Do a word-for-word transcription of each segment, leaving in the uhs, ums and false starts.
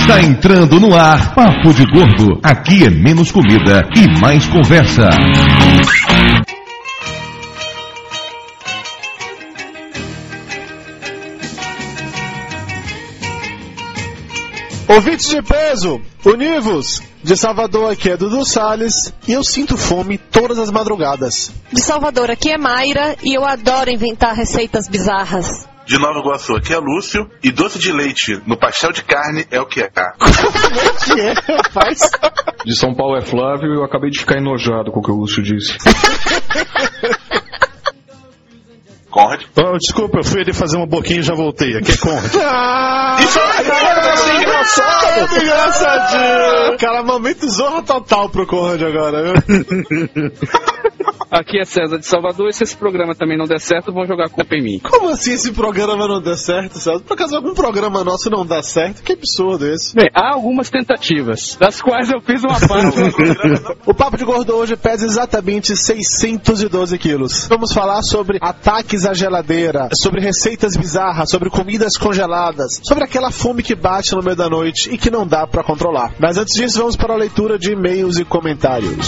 Está entrando no ar Papo de Gordo. Aqui é menos comida e mais conversa. Ouvintes de peso, univos! De Salvador aqui é Dudu Salles e eu sinto fome todas as madrugadas. De Salvador aqui é Mayra e eu adoro inventar receitas bizarras. De Nova Iguaçu aqui é Lúcio e doce de leite no pastel de carne é o que é. Como é que é, rapaz? De São Paulo é Flávio e eu acabei de ficar enojado com o que o Lúcio disse. Conrad? Oh, desculpa, eu fui ali fazer uma boquinha e já voltei. Aqui é Conrad. Ah, isso é engraçado! É engraçadinho! Cara, momento zorra total pro Conrad agora, viu? Aqui é César de Salvador e se esse programa também não der certo, vão jogar culpa em mim. Como assim esse programa não der certo, César? Por acaso algum programa nosso não dá certo? Que absurdo esse. Bem, há algumas tentativas, das quais eu fiz uma parte. O Papo de Gordo hoje pesa exatamente seiscentos e doze quilos. Vamos falar sobre ataques à geladeira, sobre receitas bizarras, sobre comidas congeladas, sobre aquela fome que bate no meio da noite e que não dá pra controlar. Mas antes disso, vamos para a leitura de e-mails e comentários.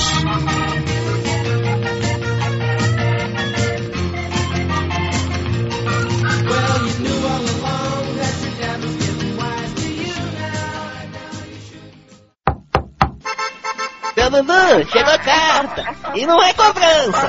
Seu Dudu, chegou a carta. E não é cobrança.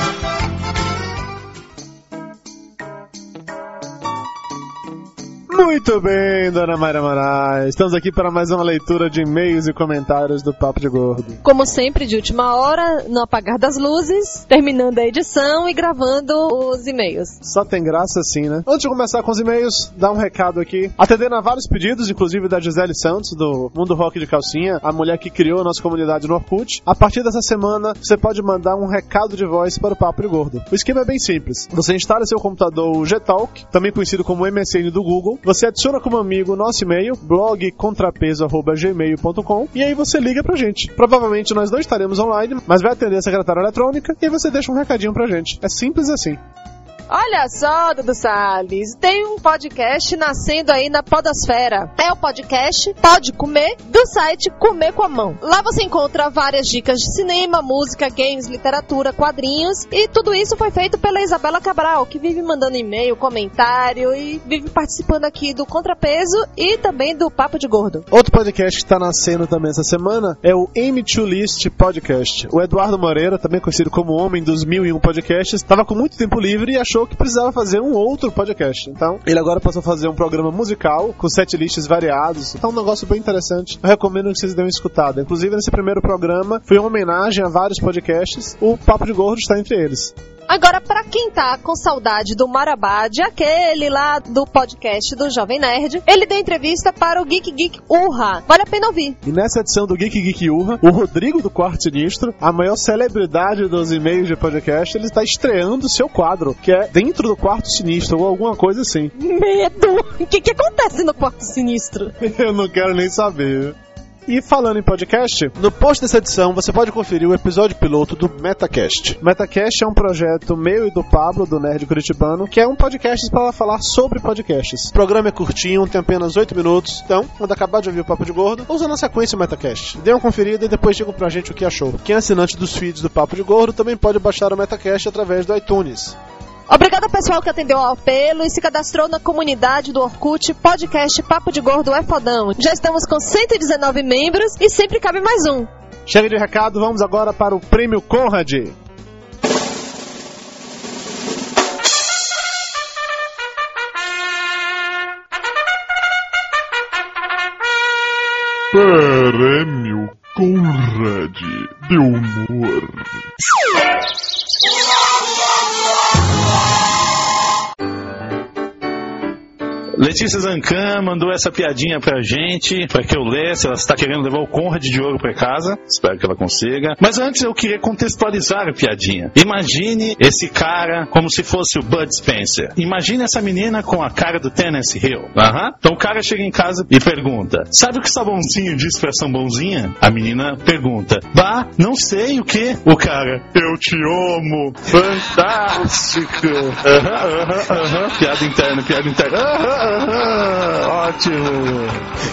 Muito bem, dona Mayra Moraes. Estamos aqui para mais uma leitura de e-mails e comentários do Papo de Gordo. Como sempre, de última hora, no apagar das luzes, terminando a edição e gravando os e-mails. Só tem graça assim, né? Antes de começar com os e-mails, dar um recado aqui. Atendendo a vários pedidos, inclusive da Gisele Santos, do Mundo Rock de Calcinha, a mulher que criou a nossa comunidade no Orkut. A partir dessa semana, você pode mandar um recado de voz para o Papo de Gordo. O esquema é bem simples. Você instala seu computador o Gtalk, também conhecido como M S N do Google. Você adiciona como amigo o nosso e-mail, blog contrapeso arroba gmail ponto com, e aí você liga pra gente. Provavelmente nós não estaremos online, mas vai atender a secretária eletrônica e aí você deixa um recadinho pra gente. É simples assim. Olha só, Dudu Salles, tem um podcast nascendo aí na podosfera. É o podcast Pode Comer, do site Comer com a Mão. Lá você encontra várias dicas de cinema, música, games, literatura, quadrinhos, e tudo isso foi feito pela Isabela Cabral, que vive mandando e-mail, comentário e vive participando aqui do Contrapeso e também do Papo de Gordo. Outro podcast que está nascendo também essa semana é o M dois List Podcast. O Eduardo Moreira, também conhecido como Homem dos Mil e Um Podcasts, estava com muito tempo livre e achou que precisava fazer um outro podcast. Então, ele agora passou a fazer um programa musical com set lists variados. Então, um negócio bem interessante. Eu recomendo que vocês dêem uma escutada. Inclusive, nesse primeiro programa, foi uma homenagem a vários podcasts. O Papo de Gordo está entre eles. Agora, pra quem tá com saudade do Marabad, aquele lá do podcast do Jovem Nerd, ele deu entrevista para o Geek Geek Urra. Vale a pena ouvir. E nessa edição do Geek Geek Urra, o Rodrigo do Quarto Sinistro, a maior celebridade dos e-mails de podcast, ele está estreando o seu quadro, que é Dentro do Quarto Sinistro, ou alguma coisa assim. Medo! O que que acontece no Quarto Sinistro? Eu não quero nem saber. E falando em podcast, no post dessa edição você pode conferir o episódio piloto do Metacast. Metacast é um projeto meu e do Pablo, do Nerd Curitibano, que é um podcast para falar sobre podcasts. O programa é curtinho, tem apenas oito minutos, então, quando acabar de ouvir o Papo de Gordo, usa na sequência o Metacast. Dê uma conferida e depois digam pra gente o que achou. Quem é assinante dos feeds do Papo de Gordo também pode baixar o Metacast através do iTunes. Obrigada ao pessoal que atendeu ao apelo e se cadastrou na comunidade do Orkut Podcast Papo de Gordo é Fodão. Já estamos com cento e dezenove membros e sempre cabe mais um. Chega de recado, vamos agora para o Prêmio Conrad. Prêmio Conrad de Humor. Letícia Zancan mandou essa piadinha pra gente, pra que eu lesse. Ela está querendo levar o Conrad de ouro pra casa. Espero que ela consiga. Mas antes eu queria contextualizar a piadinha. Imagine esse cara como se fosse o Bud Spencer. Imagine essa menina com a cara do Terence Hill. Uhum. Então o cara chega em casa e pergunta: sabe o que sabãozinho diz pra essa mãozinha? A menina pergunta: bah, não sei o que. O cara: eu te amo. Fantástico. Uhum, uhum, uhum. Piada interna, piada interna. Uhum, Ótimo.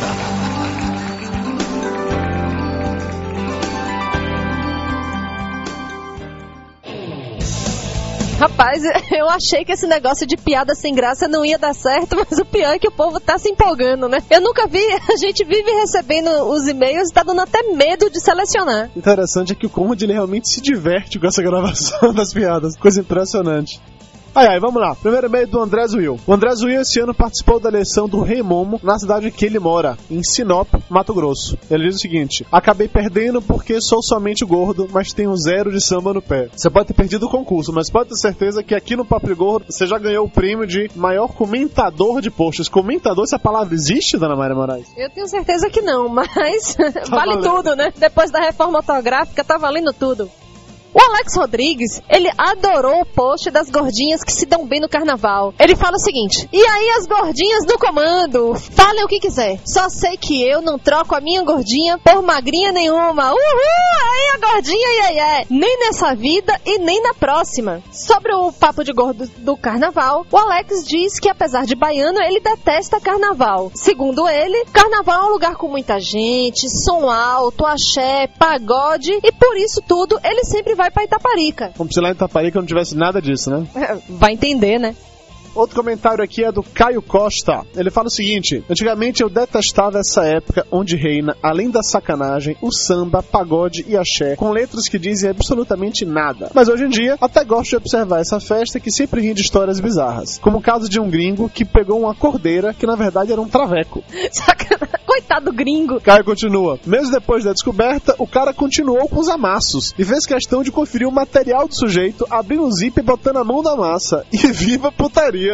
Rapaz, eu achei que esse negócio de piada sem graça não ia dar certo, mas o pior é que o povo tá se empolgando, né? Eu nunca vi, a gente vive recebendo os e-mails e tá dando até medo de selecionar. Interessante é que o Conrad, ele realmente se diverte com essa gravação das piadas, coisa impressionante. Ai, ai, vamos lá. Primeiro e-mail do Andrés Will. O Andrés Will esse ano participou da eleição do Rei Momo na cidade que ele mora, em Sinop, Mato Grosso. Ele diz o seguinte: acabei perdendo porque sou somente gordo, mas tenho zero de samba no pé. Você pode ter perdido o concurso, mas pode ter certeza que aqui no Papo de Gordo você já ganhou o prêmio de maior comentador de posts. Comentador, essa palavra existe, dona Mayra Moraes? Eu tenho certeza que não, mas Tá vale valendo. tudo, né? Depois da reforma ortográfica, tá valendo tudo. O Alex Rodrigues, ele adorou o post das gordinhas que se dão bem no carnaval. Ele fala o seguinte: e aí as gordinhas no comando? Falem o que quiser. Só sei que eu não troco a minha gordinha por magrinha nenhuma. Uhul! Aí a gordinha, iê, iê. Nem nessa vida e nem na próxima. Sobre o papo de gordo do carnaval, o Alex diz que apesar de baiano, ele detesta carnaval. Segundo ele, carnaval é um lugar com muita gente, som alto, axé, pagode, e por isso tudo ele sempre vai pra Itaparica. Como se lá em Itaparica não tivesse nada disso, né? Vai entender, né? Outro comentário aqui é do Caio Costa. Ele fala o seguinte: antigamente eu detestava essa época onde reina, além da sacanagem, o samba, pagode e axé, com letras que dizem absolutamente nada. Mas hoje em dia, até gosto de observar essa festa que sempre ri de histórias bizarras. Como o caso de um gringo que pegou uma cordeira que na verdade era um traveco. Sacanagem. Coitado gringo. Caio continua: mesmo depois da descoberta, o cara continuou com os amassos e fez questão de conferir o material do sujeito, abrindo o zip e botando a mão na massa. E viva putaria!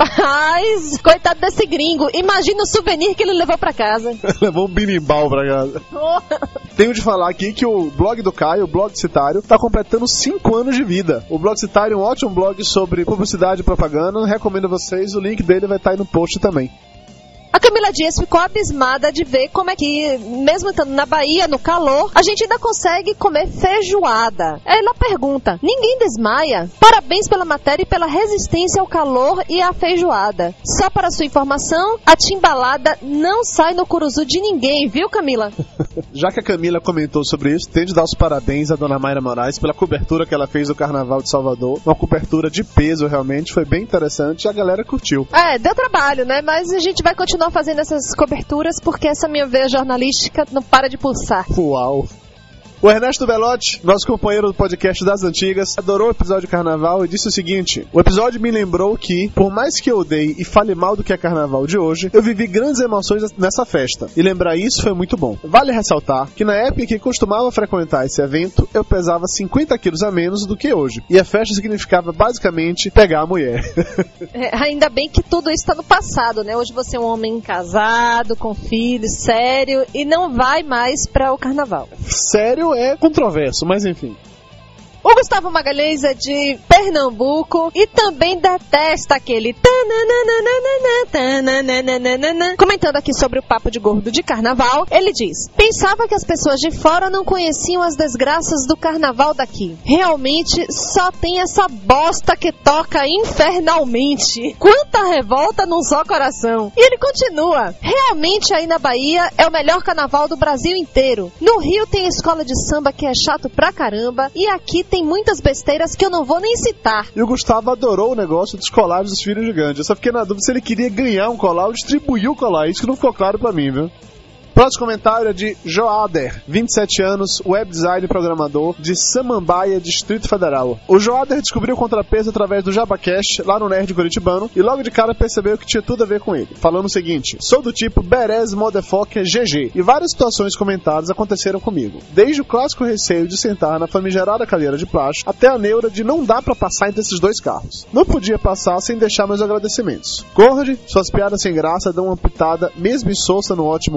Rapaz, coitado desse gringo. Imagina o souvenir que ele levou pra casa. Levou um binimbau pra casa. Tenho de falar aqui que o blog do Caio, o Blog Citário, tá completando cinco anos de vida. O Blog Citário é um ótimo blog sobre publicidade e propaganda. Recomendo a vocês, o link dele vai estar aí no post também. A Camila Dias ficou abismada de ver como é que, mesmo estando na Bahia, no calor, a gente ainda consegue comer feijoada. Ela pergunta: ninguém desmaia? Parabéns pela matéria e pela resistência ao calor e à feijoada. Só para sua informação, a timbalada não sai no curuzu de ninguém, viu, Camila? Já que a Camila comentou sobre isso, tem de dar os parabéns à dona Mayra Moraes pela cobertura que ela fez do Carnaval de Salvador. Uma cobertura de peso, realmente, foi bem interessante e a galera curtiu. É, deu trabalho, né? Mas a gente vai continuar fazendo essas coberturas porque essa minha veia jornalística não para de pulsar. Uau! O Ernesto Belotti, nosso companheiro do podcast das antigas, adorou o episódio de Carnaval e disse o seguinte: o episódio me lembrou que, por mais que eu odeie e fale mal do que é Carnaval de hoje, eu vivi grandes emoções nessa festa. E lembrar isso foi muito bom. Vale ressaltar que na época em que costumava frequentar esse evento, eu pesava cinquenta quilos a menos do que hoje. E a festa significava basicamente pegar a mulher. É, ainda bem que tudo isso está no passado, né? Hoje você é um homem casado, com filhos, sério, e não vai mais para o Carnaval. Sério é controverso, mas enfim. O Gustavo Magalhães é de Pernambuco e também detesta aquele tananana. Comentando aqui sobre o papo de gordo de carnaval, ele diz: pensava que as pessoas de fora não conheciam as desgraças do carnaval daqui. Realmente só tem essa bosta que toca infernalmente. Quanta revolta num só coração. E ele continua: realmente aí na Bahia é o melhor carnaval do Brasil inteiro. No Rio tem a escola de samba que é chato pra caramba e aqui tem Tem muitas besteiras que eu não vou nem citar. E o Gustavo adorou o negócio dos colares dos filhos gigantes. Eu só fiquei na dúvida se ele queria ganhar um colar ou distribuir o colar. Isso que não ficou claro pra mim, viu? Próximo comentário é de Joader, vinte e sete anos, web design e programador, de Samambaia, Distrito Federal. O Joader descobriu o contrapeso através do JabaCast, lá no Nerd Curitibano, e logo de cara percebeu que tinha tudo a ver com ele, falando o seguinte: sou do tipo Beres Motherfucker G G, e várias situações comentadas aconteceram comigo. Desde o clássico receio de sentar na famigerada cadeira de plástico, até a neura de não dar pra passar entre esses dois carros. Não podia passar sem deixar meus agradecimentos. Conrad, suas piadas sem graça dão uma pitada, mesmo insossa no ótimo humor.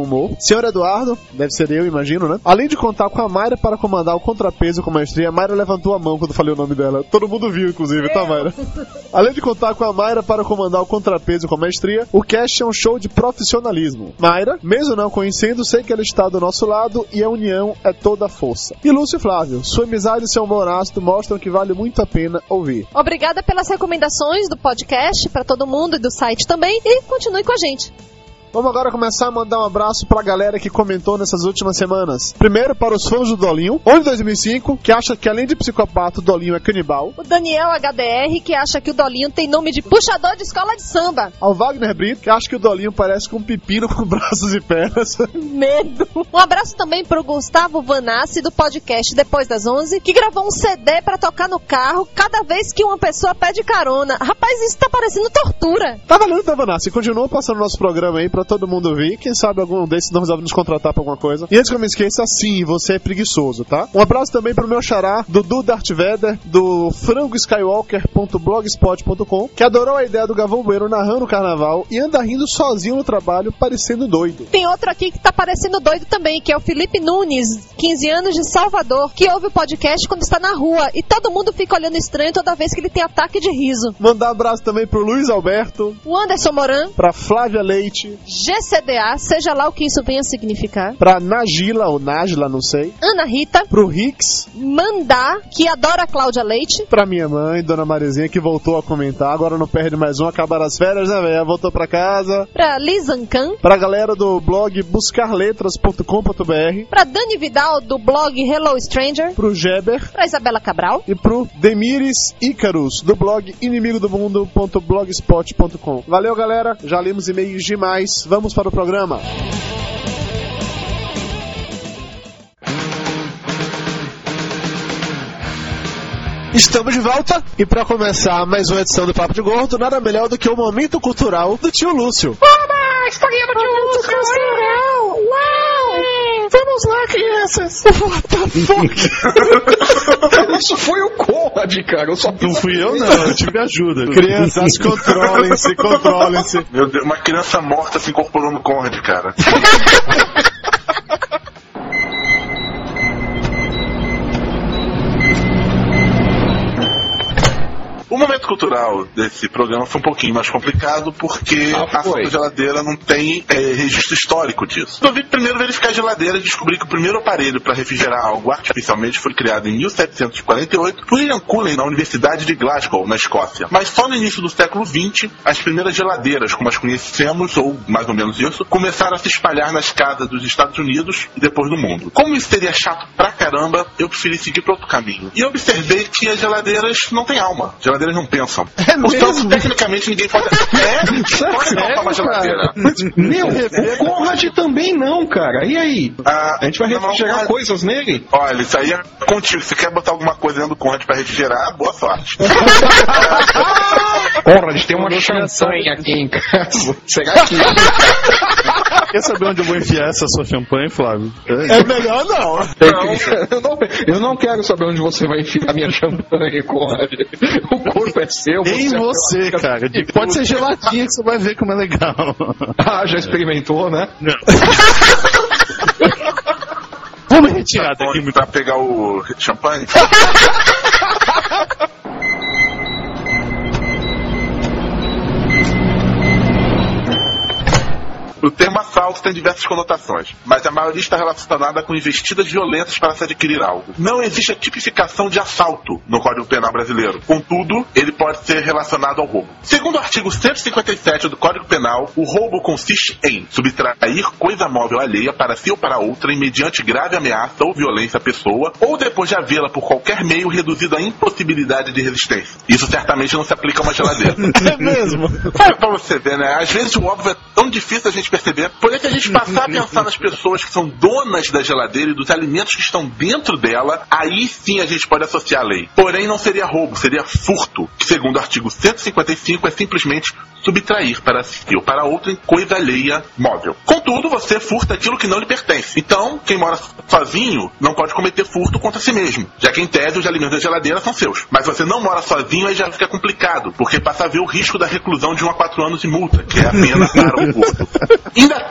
senhor Eduardo, deve ser eu, imagino, né? Além de contar com a Mayra para comandar o contrapeso com maestria, a Mayra levantou a mão quando falei o nome dela. Todo mundo viu, inclusive, tá, Mayra? Além de contar com a Mayra para comandar o contrapeso com maestria, o cast é um show de profissionalismo. Mayra, mesmo não conhecendo, sei que ela está do nosso lado e a união é toda a força. E Lúcio Flávio, sua amizade e seu humor ácido mostram que vale muito a pena ouvir. Obrigada pelas recomendações do podcast para todo mundo e do site também, e continue com a gente. Vamos agora começar a mandar um abraço pra galera que comentou nessas últimas semanas. Primeiro, para os fãs do Dolinho, Onde dois mil e cinco, que acha que além de psicopata, o Dolinho é canibal. O Daniel H D R, que acha que o Dolinho tem nome de puxador de escola de samba. Ao Wagner Brito, que acha que o Dolinho parece com um pepino com braços e pernas. Medo. Um abraço também pro Gustavo Vanassi, do podcast Depois das onze, que gravou um C D pra tocar no carro cada vez que uma pessoa pede carona. Rapaz, isso tá parecendo tortura. Tá valendo, tá, Vanassi? Continua passando nosso programa aí pra todo mundo ouvir. Quem sabe algum desses não resolve nos contratar pra alguma coisa. E antes que eu me esqueça, sim, você é preguiçoso, tá? Um abraço também pro meu xará, Dudu Darth Vader, do frango skywalker ponto blogspot ponto com, que adorou a ideia do Galvão Bueno narrando o carnaval e anda rindo sozinho no trabalho, parecendo doido. Tem outro aqui que tá parecendo doido também, que é o Felipe Nunes, quinze anos, de Salvador, que ouve o podcast quando está na rua e todo mundo fica olhando estranho toda vez que ele tem ataque de riso. Mandar um abraço também pro Luiz Alberto, o Anderson Moran, pra Flávia Leite, G C D A, seja lá o que isso venha significar, pra Nagila, ou Nájila, não sei, Ana Rita, pro Rix, Mandá, que adora a Cláudia Leite, pra minha mãe, Dona Marizinha, que voltou a comentar, agora não perde mais um, acabaram as férias, né, velho? Voltou pra casa. Pra Lizancan, pra galera do blog buscar letras ponto com ponto b r, pra Dani Vidal, do blog Hello Stranger, pro Geber, pra Isabela Cabral e pro Demires Ícaros, do blog inimigo do mundo ponto blogspot ponto com. Valeu, galera, já lemos e-mails demais, vamos para o programa. Estamos de volta e para começar mais uma edição do Papo de Gordo, nada melhor do que o momento cultural do tio Lúcio. Oba! Historinha do tio Lúcio! Cultural! Uau! Vamos lá, crianças! What the fuck? Isso foi o Conrad, cara. Eu só não fui eu, não. Eu tive ajuda. Crianças, controlem-se, controlem-se. Meu Deus, uma criança morta se incorporou no Conrad, cara. O momento cultural desse programa foi um pouquinho mais complicado porque ah, a sua geladeira não tem é, registro histórico disso. Eu vi primeiro verificar a geladeira e descobri que o primeiro aparelho para refrigerar algo artificialmente foi criado em mil setecentos e quarenta e oito por William Cullen na Universidade de Glasgow, na Escócia. Mas só no início do século vinte, as primeiras geladeiras, como as conhecemos, ou mais ou menos isso, começaram a se espalhar nas casas dos Estados Unidos e depois do mundo. Como isso seria chato pra caramba, eu preferi seguir para outro caminho. E observei que as geladeiras não têm alma. Geladeiras não pensam. É Portanto, tecnicamente ninguém pode. É? Pode montar uma geladeira. Meu, o Conrad também não, cara. E aí? Ah, a gente vai refrigerar não, coisas nele? Olha, isso aí é contigo. Se quer botar alguma coisa dentro do Conrad pra refrigerar, boa sorte. Conrad, tem uma champanhe aqui em casa. Será que... Quer saber onde eu vou enfiar essa sua champanhe, Flávio? É melhor não. não. Eu não. Eu não quero saber onde você vai enfiar a minha champanhe, Conrad. O corpo é seu. Nem você, você cara. Pode ser geladinha que você vai ver como é legal. Ah, já experimentou, né? Não. Vamos retirar tá daqui. Pra pegar o champanhe? O termo assalto tem diversas conotações, mas a maioria está relacionada com investidas violentas para se adquirir algo. Não existe a tipificação de assalto no Código Penal brasileiro. Contudo, ele pode ser relacionado ao roubo. Segundo o artigo cento e cinquenta e sete do Código Penal, o roubo consiste em subtrair coisa móvel alheia para si ou para outra mediante grave ameaça ou violência à pessoa, ou depois de havê-la por qualquer meio reduzido à impossibilidade de resistência. Isso certamente não se aplica a uma geladeira. É mesmo? É pra você ver, né? Às vezes o óbvio é tão difícil a gente perceber. Por isso que a gente passar a pensar nas pessoas que são donas da geladeira e dos alimentos que estão dentro dela, aí sim a gente pode associar a lei. Porém, não seria roubo, seria furto, que segundo o artigo cento e cinquenta e cinco é simplesmente subtrair para si ou para outra coisa alheia móvel. Contudo, você furta aquilo que não lhe pertence. Então, quem mora sozinho não pode cometer furto contra si mesmo, já que em tese os alimentos da geladeira são seus. Mas você não mora sozinho, aí já fica complicado, porque passa a ver o risco da reclusão de um a quatro anos de multa, que é a pena para o furto. Ainda tem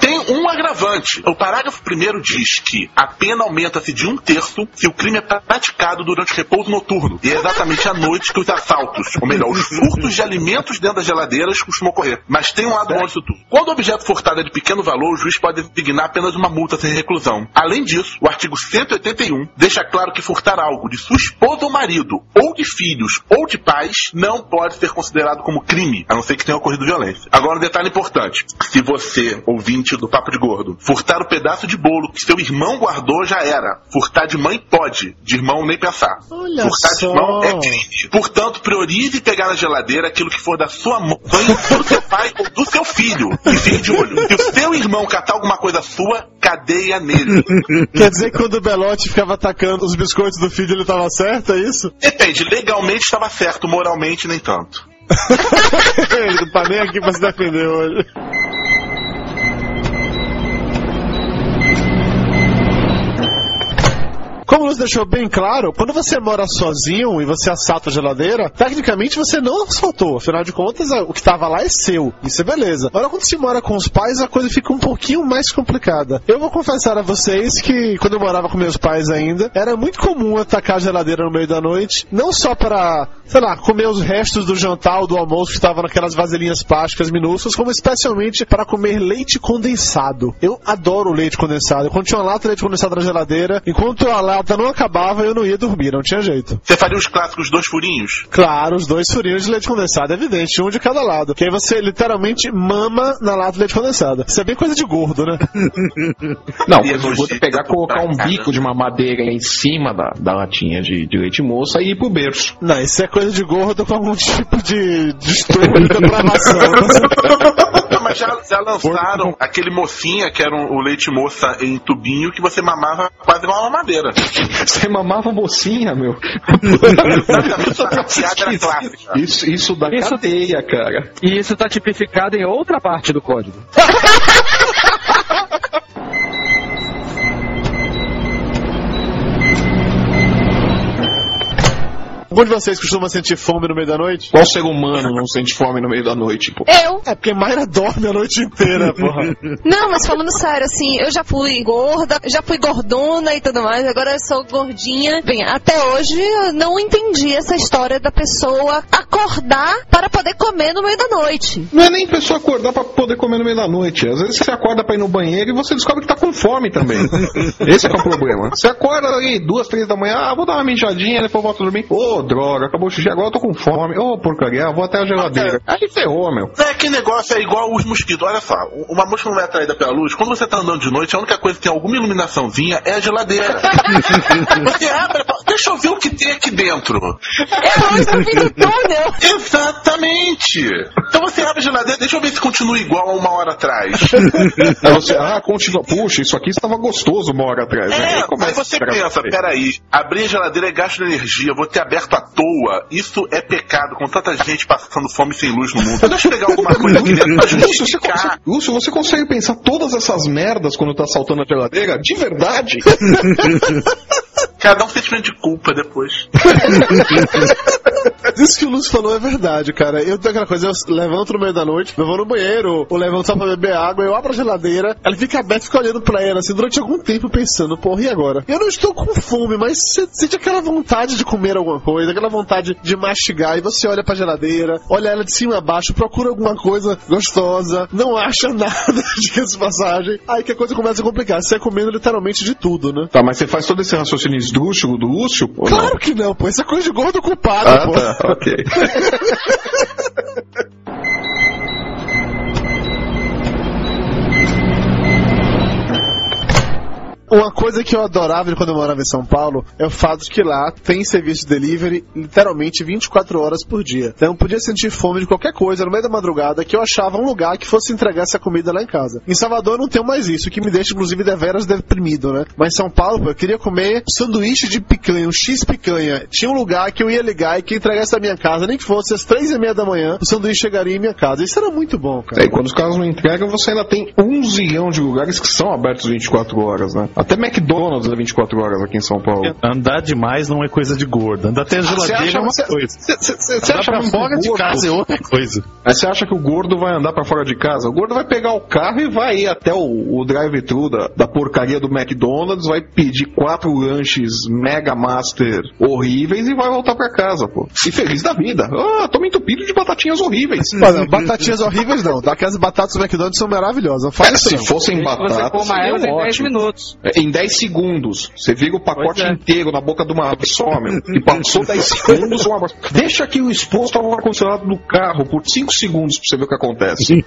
tem um agravante. O parágrafo primeiro diz que a pena aumenta-se de um terço se o crime é praticado durante o repouso noturno. E é exatamente à noite que os assaltos, ou melhor, os furtos de alimentos dentro das geladeiras costumam ocorrer. Mas tem um lado bom disso tudo. Quando o objeto furtado é de pequeno valor, o juiz pode designar apenas uma multa sem reclusão. Além disso, o artigo cento e oitenta e um deixa claro que furtar algo de sua esposa ou marido, ou de filhos, ou de pais, não pode ser considerado como crime, a não ser que tenha ocorrido violência. Agora, um detalhe importante. Se você, ouvinte do Papo de Gordo, furtar o pedaço de bolo que seu irmão guardou, já era. Furtar de mãe pode, de irmão nem pensar. Olha furtar só. de irmão é crime. Portanto, priorize pegar na geladeira aquilo que for da sua mãe, do seu pai ou do seu filho. E fique de olho. Se o seu irmão catar alguma coisa sua, cadeia nele. Quer dizer que quando o Belote ficava atacando os biscoitos do filho, ele tava certo, é isso? Depende, legalmente estava certo, moralmente nem tanto. Ele não tá nem aqui pra se defender hoje. Como o Lúcio deixou bem claro, quando você mora sozinho e você assalta a geladeira, tecnicamente você não assaltou. Afinal de contas, o que estava lá é seu. Isso é beleza. Agora, quando se mora com os pais, a coisa fica um pouquinho mais complicada. Eu vou confessar a vocês que, quando eu morava com meus pais ainda, era muito comum atacar a geladeira no meio da noite, não só para, sei lá, comer os restos do jantar ou do almoço que estavam naquelas vasilhinhas plásticas minúsculas, como especialmente para comer leite condensado. Eu adoro leite condensado. Quando tinha uma lata de leite condensado na geladeira, enquanto a lata não acabava, eu não ia dormir, não tinha jeito. Você faria os clássicos dois furinhos? Claro, os dois furinhos de leite condensado, é evidente, um de cada lado. Que aí você literalmente mama na lata de leite condensado. Isso é bem coisa de gordo, né? Não, eu vou pegar, colocar um bico de mamadeira em cima da, da latinha de, de leite moça e ir pro berço. Não, isso é coisa de gordo com algum tipo de distúrbio de depravação. Mas já, já lançaram aquele mocinha, que era um, o leite moça em tubinho, que você mamava quase igual uma mamadeira. Você mamava mocinha, meu? Isso, isso dá isso, cadeia, cara. E isso tá tipificado em outra parte do código. Algum de vocês costuma sentir fome no meio da noite? Qual ser humano não sente fome no meio da noite, pô? Eu. É porque Mayra dorme a noite inteira, porra. Não, mas falando sério, assim, eu já fui gorda, já fui gordona e tudo mais, agora eu sou gordinha. Bem, até hoje eu não entendi essa história da pessoa acordar para poder comer no meio da noite. Não é nem pessoa acordar para poder comer no meio da noite. Às vezes você acorda para ir no banheiro e você descobre que tá com fome também. Esse é que é o problema. Você acorda ali duas, três da manhã, ah, vou dar uma mijadinha, depois volto a dormir. Ô, oh, droga, acabou o xixi, agora eu tô com fome. Ô, oh, porcaria, vou até a geladeira. É. Aí ferrou, meu. É, que negócio é igual os mosquitos. Olha só, uma mosca não é atraída pela luz. Quando você tá andando de noite, a única coisa que tem alguma iluminaçãozinha é a geladeira. Você abre, deixa eu ver o que tem aqui dentro. É a luz do fim do túnel. Exatamente. Então você abre a geladeira, deixa eu ver se continua igual a uma hora atrás. Aí você, ah, continua, puxa, isso aqui estava gostoso uma hora atrás. É, né? aí você pensa, peraí, abrir a geladeira é gasto de energia, vou ter aberto à toa, isso é pecado, com tanta gente passando fome sem luz no mundo. Deixa eu pegar alguma coisa aqui dentro pra Lúcio, você consegue, Lúcio, você consegue pensar todas essas merdas quando tá saltando a geladeira? De verdade? Cara, dá um sentimento de culpa depois. Isso que o Lúcio falou é verdade, cara. Eu tenho aquela coisa, eu levanto no meio da noite, eu vou no banheiro, ou levanto só pra beber água, eu abro a geladeira, ela fica aberta e fica olhando pra ela, assim, durante algum tempo pensando, porra, e agora? Eu não estou com fome, mas você sente aquela vontade de comer alguma coisa, aquela vontade de mastigar, e você olha pra geladeira, olha ela de cima a baixo, procura alguma coisa gostosa, não acha nada, diga-se de passagem, aí que a coisa começa a complicar, você é comendo literalmente de tudo, né? Tá, mas você faz todo esse raciocínio esdrúxulo do Lúcio? Claro não? que não, pô, isso é coisa de gordo culpado, ah, pô. Tá. Ok. Uma coisa que eu adorava quando eu morava em São Paulo é o fato de que lá tem serviço de delivery literalmente vinte e quatro horas por dia. Então eu podia sentir fome de qualquer coisa no meio da madrugada que eu achava um lugar que fosse entregar essa comida lá em casa. Em Salvador eu não tenho mais isso, o que me deixa inclusive deveras deprimido, né? Mas em São Paulo, pô, eu queria comer sanduíche de picanha, um X picanha. Tinha um lugar que eu ia ligar e que entregasse na minha casa, nem que fosse às três e meia da manhã, o sanduíche chegaria em minha casa. Isso era muito bom, cara. É, e quando os caras não entregam, você ainda tem um zilhão de lugares que são abertos vinte e quatro horas, né? Até McDonald's a vinte e quatro horas aqui em São Paulo. Andar demais não é coisa de gordo. Andar até a geladeira é uma coisa. Você acha pra fora de casa é outra coisa. Aí você acha que o gordo vai andar pra fora de casa? O gordo vai pegar o carro e vai ir até o, o drive-thru da, da porcaria do McDonald's, vai pedir quatro lanches Mega Master horríveis e vai voltar pra casa, pô. E feliz da vida. Ah, tô me entupido de batatinhas horríveis. Olha, batatinhas horríveis não. Aquelas batatas do McDonald's são maravilhosas. Faz é, se não. fossem batatas, seriam em dez minutos. É, em dez segundos. Você vira o pacote é. inteiro na boca de uma só, meu. E passou dez segundos, uma... deixa aqui o exposto ao ar-condicionado do carro por cinco segundos pra você ver o que acontece.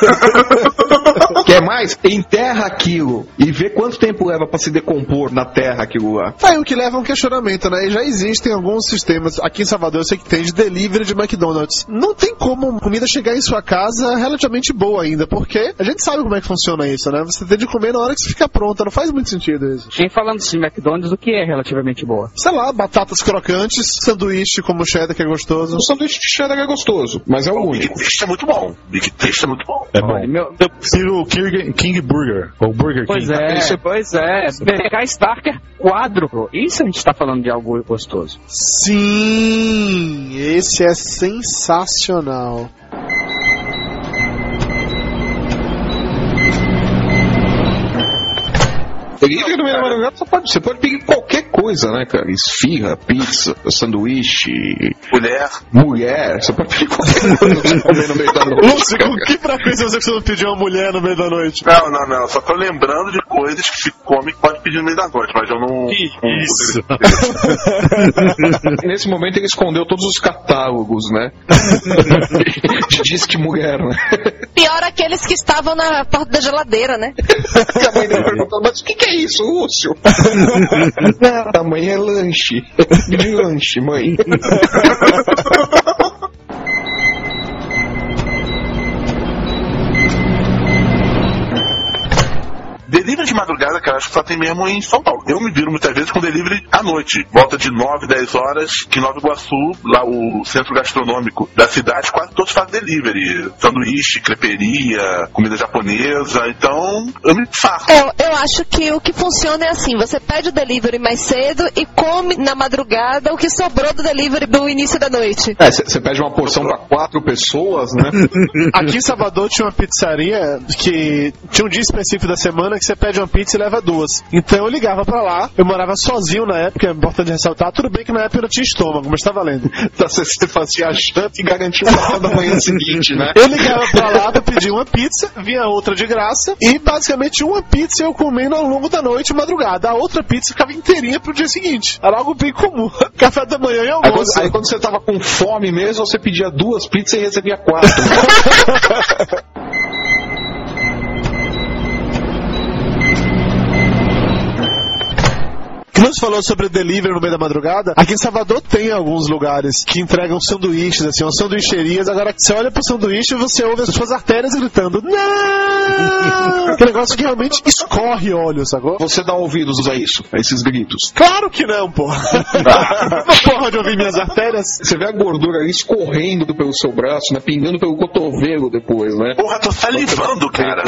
Quer mais? Enterra aquilo e vê quanto tempo leva pra se decompor na terra aquilo lá. Aí o que leva a um questionamento, né? E já existem alguns sistemas, aqui em Salvador eu sei que tem, de delivery de McDonald's. Não tem como a comida chegar em sua casa relativamente boa ainda, porque a gente sabe como é que funciona isso, né? Você tem de comer na hora que você fica pronta, não faz muito sentido isso. E falando de McDonald's, o que é relativamente boa? Sei lá, batatas crocantes, sanduíche como cheddar que é gostoso. O sanduíche de cheddar é gostoso, mas é o único. Big Taste é muito bom. Big Taste é muito bom. É bom. Olha, meu... Eu prefiro o King, King Burger, ou Burger King. Pois é, Isso é- pois é. Pegar Starker quádruplo. Isso a gente tá falando de algo gostoso. Sim, esse é sensacional. Delivery no meio da madrugada você pode, você pode pedir qualquer coisa, né, cara? Esfirra, pizza, sanduíche, Mulher. mulher, você pode pedir qualquer coisa pra você comer no meio da noite. Lúcio, com que frequência você não pediu uma mulher no meio da noite? Não, não, não. Só tô lembrando de coisas que se come que pode pedir no meio da noite, mas eu não. Isso. Nesse momento ele escondeu todos os catálogos, né? De disque mulher, né? Pior aqueles que estavam na porta da geladeira, né? A mãe dele perguntou, mas o que, que é isso, Lúcio? A mãe é lanche. De lanche, mãe. Delivery de madrugada, cara, acho que só tem mesmo em São Paulo. Eu me viro muitas vezes com delivery à noite. Volta de nove, dez horas, que em Nova Iguaçu, lá o centro gastronômico da cidade, quase todos fazem delivery. Sanduíche, creperia, comida japonesa. Então, eu me faço. Eu, eu acho que o que funciona é assim, você pede o delivery mais cedo e come na madrugada o que sobrou do delivery do início da noite. É, você pede uma porção pra quatro pessoas, né? Aqui em Salvador tinha uma pizzaria que tinha um dia específico da semana que você pede uma pizza e leva duas. Então eu ligava pra lá, eu morava sozinho na época, é importante ressaltar, tudo bem que na época eu não tinha estômago, mas tá valendo. Então você fazia a janta e garantia o café da manhã seguinte, né? Eu ligava pra lá pra pedir uma pizza, vinha outra de graça, e basicamente uma pizza eu comendo ao longo da noite e madrugada. A outra pizza ficava inteirinha pro dia seguinte. Era algo bem comum. Café da manhã e Aí almoço. quando, aí quando você tava com fome mesmo, você pedia duas pizzas e recebia quatro. Lúcio falou sobre delivery no meio da madrugada. Aqui em Salvador tem alguns lugares que entregam sanduíches, assim, umas sanduicherias. Agora, você olha pro sanduíche e você ouve as suas artérias gritando não! Que negócio que realmente escorre óleo, sacou? Você dá ouvidos a isso, a esses gritos. Claro que não, porra! Não porra de ouvir minhas artérias. Você vê a gordura ali escorrendo pelo seu braço, né? Pingando pelo cotovelo depois, né? Porra, tô salivando, cara.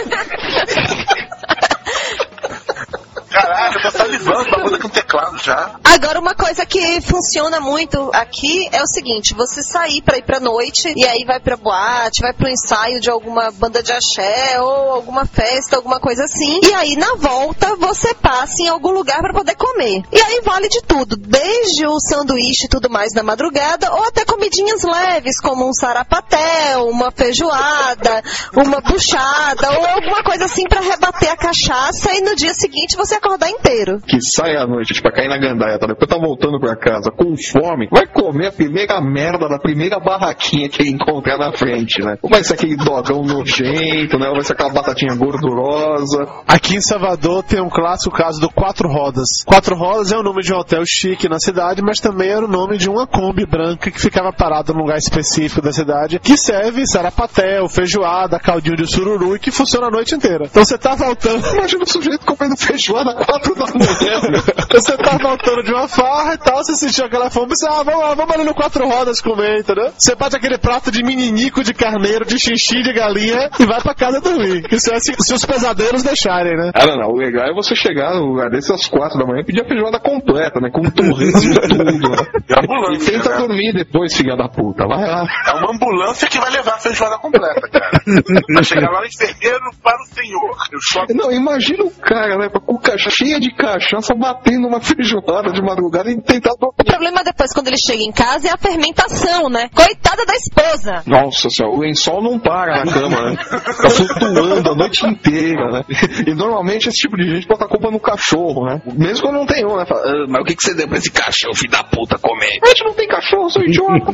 Caralho, eu tô salivando, bagulho com teclado já. Agora, uma coisa que funciona muito aqui é o seguinte, você sair pra ir pra noite, e aí vai pra boate, vai pro ensaio de alguma banda de axé, ou alguma festa, alguma coisa assim, e aí na volta você passa em algum lugar pra poder comer. E aí vale de tudo, desde o sanduíche e tudo mais na madrugada, ou até comidinhas leves, como um sarapatel, uma feijoada, uma buchada, ou alguma coisa assim pra rebater a cachaça, e no dia seguinte você acordar inteiro. Que sai à noite, tipo, cair na gandaia, tá? Depois tá voltando pra casa com fome, vai comer a primeira merda da primeira barraquinha que ele encontrar na frente, né? Ou vai ser aquele dogão nojento, né? Ou vai ser aquela batatinha gordurosa. Aqui em Salvador tem um clássico caso do Quatro Rodas. Quatro Rodas é o nome de um hotel chique na cidade, mas também era o nome de uma Kombi branca que ficava parada num lugar específico da cidade, que serve sarapatel, feijoada, caldinho de sururu e que funciona a noite inteira. Então você tá voltando... Imagina o sujeito comendo feijoada às quatro da manhã. Você Você tá voltando de uma farra e tal, você sentiu aquela fome, você, ah, vamos lá, vamos ali no Quatro Rodas comer, entendeu? Você bate aquele prato de meninico de carneiro, de xixi de galinha e vai pra casa dormir. Isso é se, se os pesadelos deixarem, né? Ah, não, não. O legal é você chegar no lugar desse às quatro da manhã e pedir a feijoada completa, né? Com torresmo e tudo, né? E tenta né? dormir depois, filha da puta. Vai lá. É uma ambulância que vai levar a feijoada completa, cara. Vai chegar lá no enfermeiro para o senhor. Eu só... Não, imagina o cara, né? Com a cuca cheia de cachaça batendo uma feijoada de madrugada e tentar dormir. O problema depois, quando ele chega em casa, é a fermentação, né? Coitada da esposa. Nossa senhora, o lençol não para na cama, né? Tá flutuando a noite inteira, né? E normalmente esse tipo de gente bota a culpa no cachorro, né? Mesmo quando não tem um, né? Fala, ah, mas o que, que você deu pra esse cachorro, filho da puta, comer? A gente não tem cachorro, seu idiota.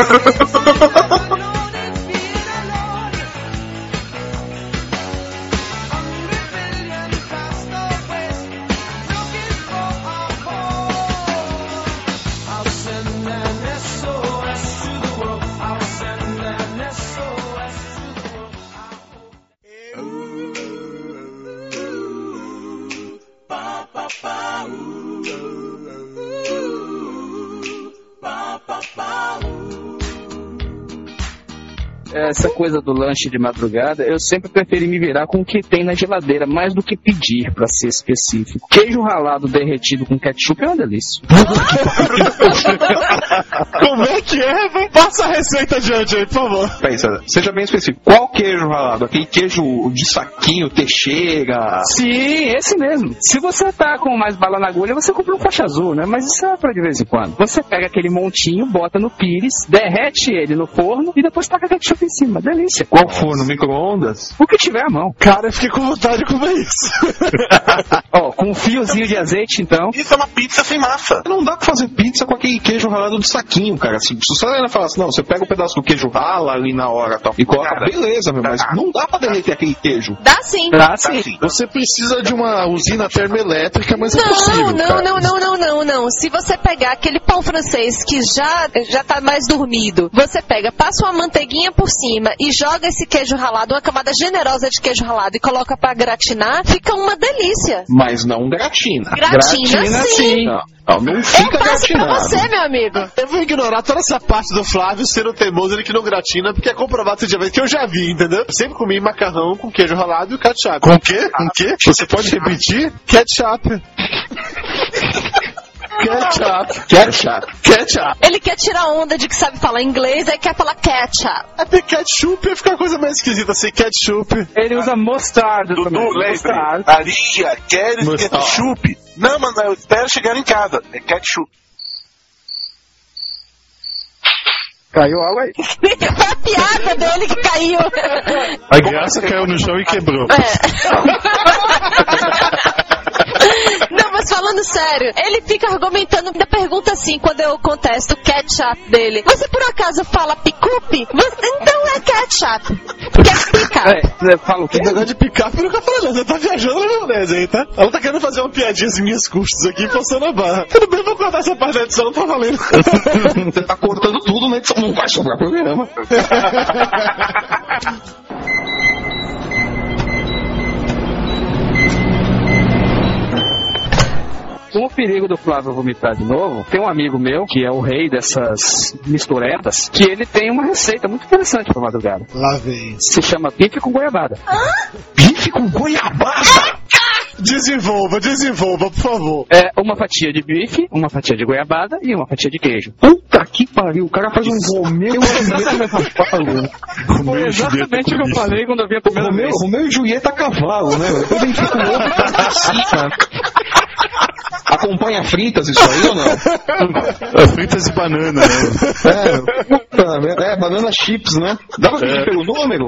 Essa coisa do lanche de madrugada, eu sempre preferi me virar com o que tem na geladeira, mais do que pedir, pra ser específico. Queijo ralado derretido com ketchup é uma delícia. Como é que é, velho? Passa a receita adiante aí, por favor. Pensa, seja bem específico. Qual queijo ralado? Aquele queijo de saquinho, Teixeira? Sim, esse mesmo. Se você tá com mais bala na agulha, você compra um faixa azul, né? Mas isso é pra de vez em quando. Você pega aquele montinho, bota no pires, derrete ele no forno e depois taca ketchup em cima. Delícia. Qual forno? Micro-ondas? O que tiver à mão. Cara, eu fiquei com vontade de comer isso. Ó, com um fiozinho de azeite, então. Isso é uma pizza sem massa. Não dá pra fazer pizza com aquele queijo ralado de saquinho, cara. Se, se você ainda falar assim, não, você pega um pedaço do queijo rala ali na hora tal, e coloca, cara, beleza, meu, mas não dá pra derreter aquele queijo. Dá sim. Dá sim. Você precisa de uma usina termoelétrica, mas não, é possível, não, cara. não, não, não, não, não. Se você pegar aquele pão francês que já, já tá mais dormido, você pega, passa uma manteiguinha por cima e joga esse queijo ralado, uma camada generosa de queijo ralado e coloca pra gratinar, fica uma delícia. Mas não gratina. Gratina, gratina sim. sim. Não, não, não fica eu passo gratinado. pra você, meu amigo. Eu vou ignorar toda essa parte do Flávio sendo teimoso, ele que não gratina, porque é comprovado esse dia que eu já vi, entendeu? Eu sempre comi macarrão com queijo ralado e ketchup. Com o quê? Com o quê? Você pode repetir? Ketchup. Ketchup. Ketchup. Ketchup. Ele quer tirar onda de que sabe falar inglês, aí quer falar ketchup. Até ketchup ia ficar uma coisa mais esquisita, assim, ketchup. Ele usa mostarda Dudu, também. lembre, Maria, queres ketchup? Não, mano, eu espero chegar em casa. É ketchup. Caiu algo aí. Foi a piada dele que caiu. A graça caiu no chão e quebrou. É. Não, mas falando sério, ele fica argumentando, ainda pergunta assim, quando eu contesto o ketchup dele. Você por acaso fala picupe? Você, então é ketchup. Quer picar? É, fala o quê? Esse negócio de picar, eu nunca falei, não. Você tá viajando na maionese aí, tá? Ela tá querendo fazer uma piadinha às minhas custas aqui, forçando a barra. Tudo bem, vou cortar essa parte da edição, não tá valendo. Você tá cortando tudo na edição, não vai sobrar programa. Com o perigo do Flávio vomitar de novo, tem um amigo meu, que é o rei dessas misturetas, que ele tem uma receita muito interessante pra madrugada. Lá vem. Se chama bife com goiabada. Hã? Bife com goiabada? Desenvolva, desenvolva, por favor. É uma fatia de bife, uma fatia de goiabada e uma fatia de queijo. Puta que pariu, o cara faz um Romeu Foi exatamente o que eu falei quando eu vi a primeira Romeu, vez. Romeu e Julieta a cavalo, né? Depois vem com ovo e tá acompanha fritas isso aí ou não? É, fritas e banana, né? É, puta, é, banana chips, né? Dá pra pedir é. pelo número?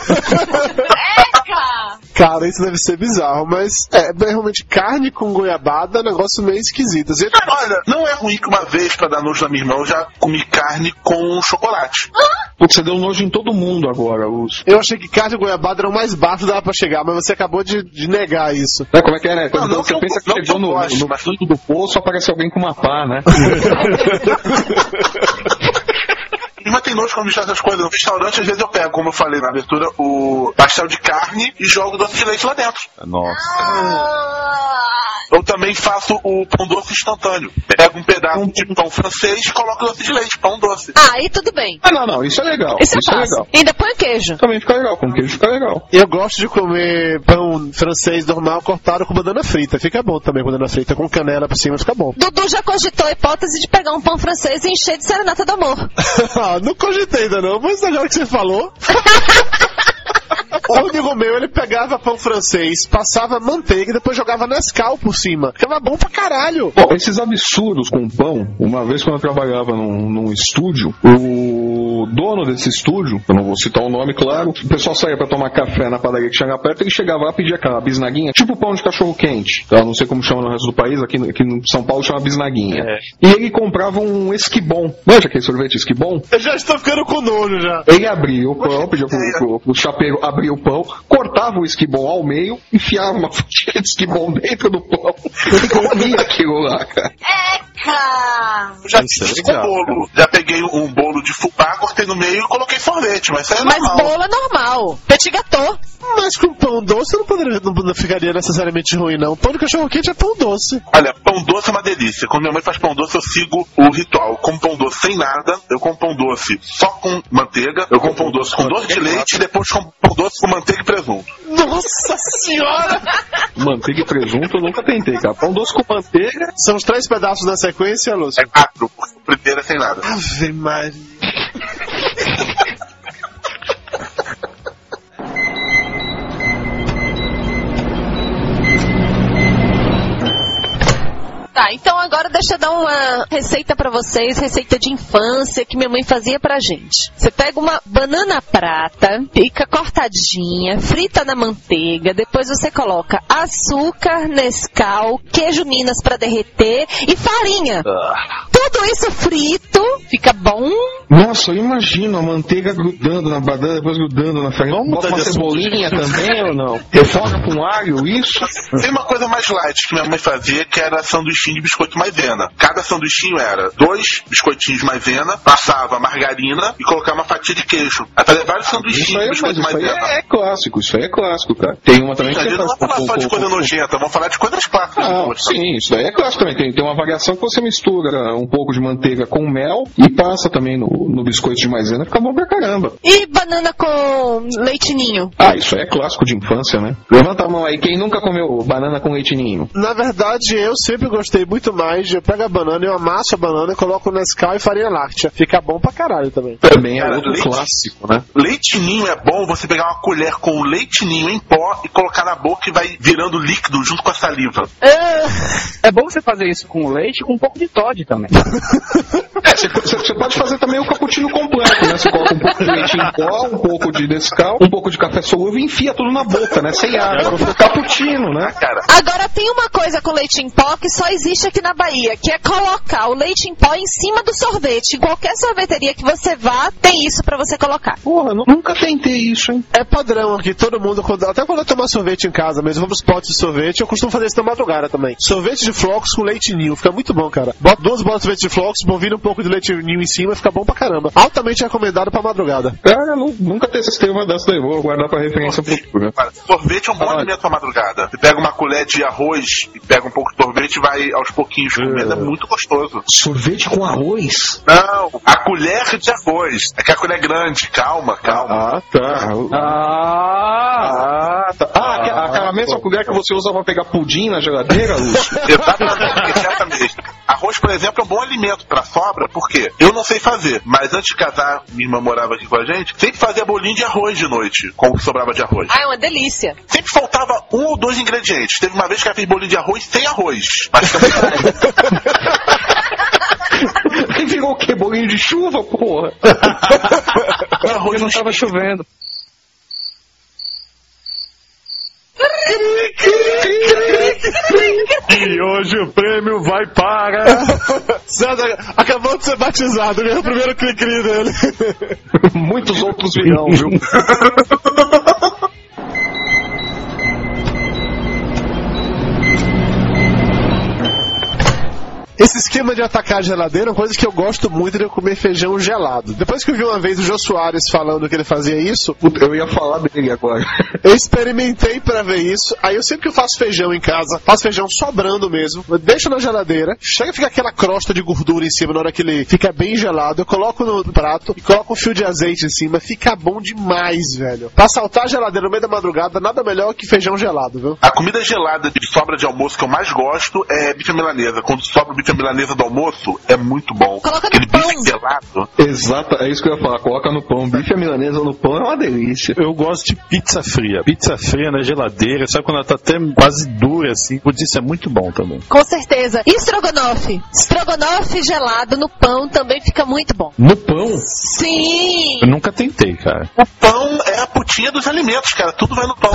Cara, isso deve ser bizarro, mas é, realmente carne com goiabada é um negócio meio esquisito. Assim, olha, não é ruim que uma vez pra dar nojo na minha irmã eu já comi carne com chocolate. Putz, você deu nojo em todo mundo agora, Lúcio. Eu achei que carne e goiabada era o mais baixo que dava pra chegar, mas você acabou de, de negar isso. É, como é que é, né? Quando não, não você que pensa eu, que chegou no, gosto, no mas... fundo do poço, aparece alguém com uma pá, né? Mas tem nojo quando mistura essas coisas. No restaurante, às vezes eu pego, como eu falei na abertura, o pastel de carne e jogo doce de leite lá dentro. Nossa. Ah, Eu também faço o pão doce instantâneo. Pego um pedaço de pão francês e coloco doce de leite, pão doce. Ah, aí tudo bem. Ah, não, não, isso é legal. Isso, isso é é fácil. legal. E ainda põe queijo. Também fica legal, com queijo fica legal. Eu gosto de comer pão francês normal cortado com banana frita. Fica bom também com banana frita, com canela por cima, fica bom. Dudu já cogitou a hipótese de pegar um pão francês e encher de serenata do amor. Ah, não cogitei ainda não, mas agora que você falou... O amigo meu, ele pegava pão francês, passava manteiga e depois jogava Nescau por cima. Ficava bom pra caralho. Bom, esses absurdos com pão, uma vez quando eu trabalhava num, num estúdio, o dono desse estúdio, eu não vou citar o nome, claro, o pessoal saía pra tomar café na padaria que chegava perto, ele chegava lá e pedia aquela bisnaguinha, tipo pão de cachorro quente, tá? Não sei como chama no resto do país, aqui, aqui em São Paulo chama bisnaguinha. É. E ele comprava um esquibom. Manja aquele sorvete esquibom? Eu já estou ficando com nojo já. Ele abria o pão, pedia pro, pro, pro chapeiro abrir o pão, cortava o esquibom ao meio, enfiava uma fatia de esquibom dentro do pão e comia aquilo lá, cara. Eca! Já fiz com bolo. Já peguei um bolo de fubá, cortei no meio e coloquei sorvete, mas isso é mas normal. Mas bolo é normal. Petit gâteau. Mas com pão doce não, poderia, não, não ficaria necessariamente ruim, não. Pão de cachorro quente é pão doce. Olha, pão doce é uma delícia. Quando minha mãe faz pão doce, eu sigo o ritual. Eu como pão doce sem nada, eu como pão doce só com manteiga, eu como pão doce com doce de leite e depois como pão doce com manteiga e presunto. Nossa senhora! Manteiga e presunto eu nunca tentei, cara. Pão doce com manteiga... São os três pedaços na sequência, Lúcio? É quatro, porque o primeiro é sem nada. Ave Maria. Tá, então agora deixa eu dar uma receita pra vocês, receita de infância que minha mãe fazia pra gente. Você pega uma banana prata, pica cortadinha, frita na manteiga, depois você coloca açúcar, Nescau, queijo Minas pra derreter e farinha. Ah. Tudo isso frito, fica bom. Nossa, eu imagino a manteiga grudando na banana, depois grudando na farinha. Vamos bota uma cebolinha também ou não? Refoga com alho, isso? Tem uma coisa mais light que minha mãe fazia, que era sanduichinho de biscoito maisena. Cada sanduichinho era dois biscoitinhos maisena, passava margarina e colocava uma fatia de queijo. Aí fazia vários sanduichinhos de biscoito isso maisena. Isso aí é clássico, isso aí é clássico, cara. Tem uma também Sim, que você não faz... vamos falar só de coisa nojenta, vamos falar de coisas clássicas. Ah, sim, isso daí é clássico também. Tem, tem uma variação que você mistura um pouco de manteiga com mel e passa também no, no biscoito de maisena, fica bom pra caramba. E banana com leitinho? Ah, isso aí é clássico de infância, né? Levanta a mão aí, quem nunca comeu banana com leitinho? Na verdade, eu sempre gostei muito mais de eu pego a banana, eu amasso a banana, coloco Nescau e farinha láctea. Fica bom pra caralho também. Também é Cara, outro leite, clássico, né? Leitinho é bom você pegar uma colher com leitinho em pó e colocar na boca e vai virando líquido junto com a saliva. É, é bom você fazer isso com leite e com um pouco de Toddy também. É, você pode fazer também o cappuccino completo, né? Você coloca um pouco de leite em pó, um pouco de Nescau, um pouco de café solúvel e enfia tudo na boca, né? Sem água. Cappuccino, né? Cara. Agora tem uma coisa com leite em pó que só existe aqui na Bahia, que é colocar o leite em pó em cima do sorvete. Em qualquer sorveteria que você vá, tem isso pra você colocar. Porra, nunca tentei isso, hein? É padrão aqui, todo mundo, quando, até quando eu tomar sorvete em casa mesmo, eu vou pros potes de sorvete, eu costumo fazer isso na madrugada também. Sorvete de flocos com leite ninho, fica muito bom, cara. Bota duas bolas de sorvete de flocos, vira um pouco de leite ninho em cima e fica bom pra caramba. Altamente recomendado pra madrugada. Cara, eu nunca testei uma dessa daí, vou guardar pra referência pro futuro. Sorvete é um bom alimento pra madrugada. Você pega uma colher de arroz e pega um pouco de sorvete e vai aos pouquinhos comendo, é muito gostoso. Sorvete com arroz? Não, a colher de arroz. É que a colher é grande, calma, calma. Ah, tá. Ah, tá. Ah, ah aquela mesma colher que você usa pra pegar pudim na geladeira, Lúcio? Exatamente, exatamente. Arroz, por exemplo, é um bom alimento pra sobra, porque eu não sei fazer, mas antes de casar, minha irmã morava aqui com a gente, sempre fazia bolinho de arroz de noite, com o que sobrava de arroz. Ah, é uma delícia. Sempre faltava um ou dois ingredientes. Teve uma vez que ela fez bolinho de arroz sem arroz. Mas também Aí virou o quê? Bolinho de chuva, porra? Arroz não tava chovendo. E hoje o prêmio vai para... César acabou de ser batizado, ganhou o primeiro cri-cri dele. Muitos outros virão, viu? Esse esquema de atacar a geladeira é uma coisa que eu gosto muito de eu comer feijão gelado. Depois que eu vi uma vez o Jô Soares falando que ele fazia isso, eu ia falar dele agora. Eu experimentei pra ver isso. Aí eu sempre que eu faço feijão em casa, faço feijão sobrando mesmo, eu deixo na geladeira, chega a ficar aquela crosta de gordura em cima na hora que ele fica bem gelado, eu coloco no prato e coloco um fio de azeite em cima, fica bom demais, velho. Pra saltar a geladeira no meio da madrugada, nada melhor que feijão gelado, viu? A comida gelada de sobra de almoço que eu mais gosto é bife à milanesa. Quando sobra o bife à milanesa do almoço, é muito bom. Coloca Aquele no pão. bife gelado. Exato, é isso que eu ia falar. Coloca no pão. Bife à milanesa no pão é uma delícia. Eu gosto de pizza fria. Pizza fria na geladeira, sabe quando ela tá até quase dura assim? Putz, isso é muito bom também. Com certeza. E estrogonofe? Estrogonofe gelado no pão também fica muito bom. No pão? Sim! Eu nunca tentei, cara. O pão é a putinha dos alimentos, cara. Tudo vai no pão.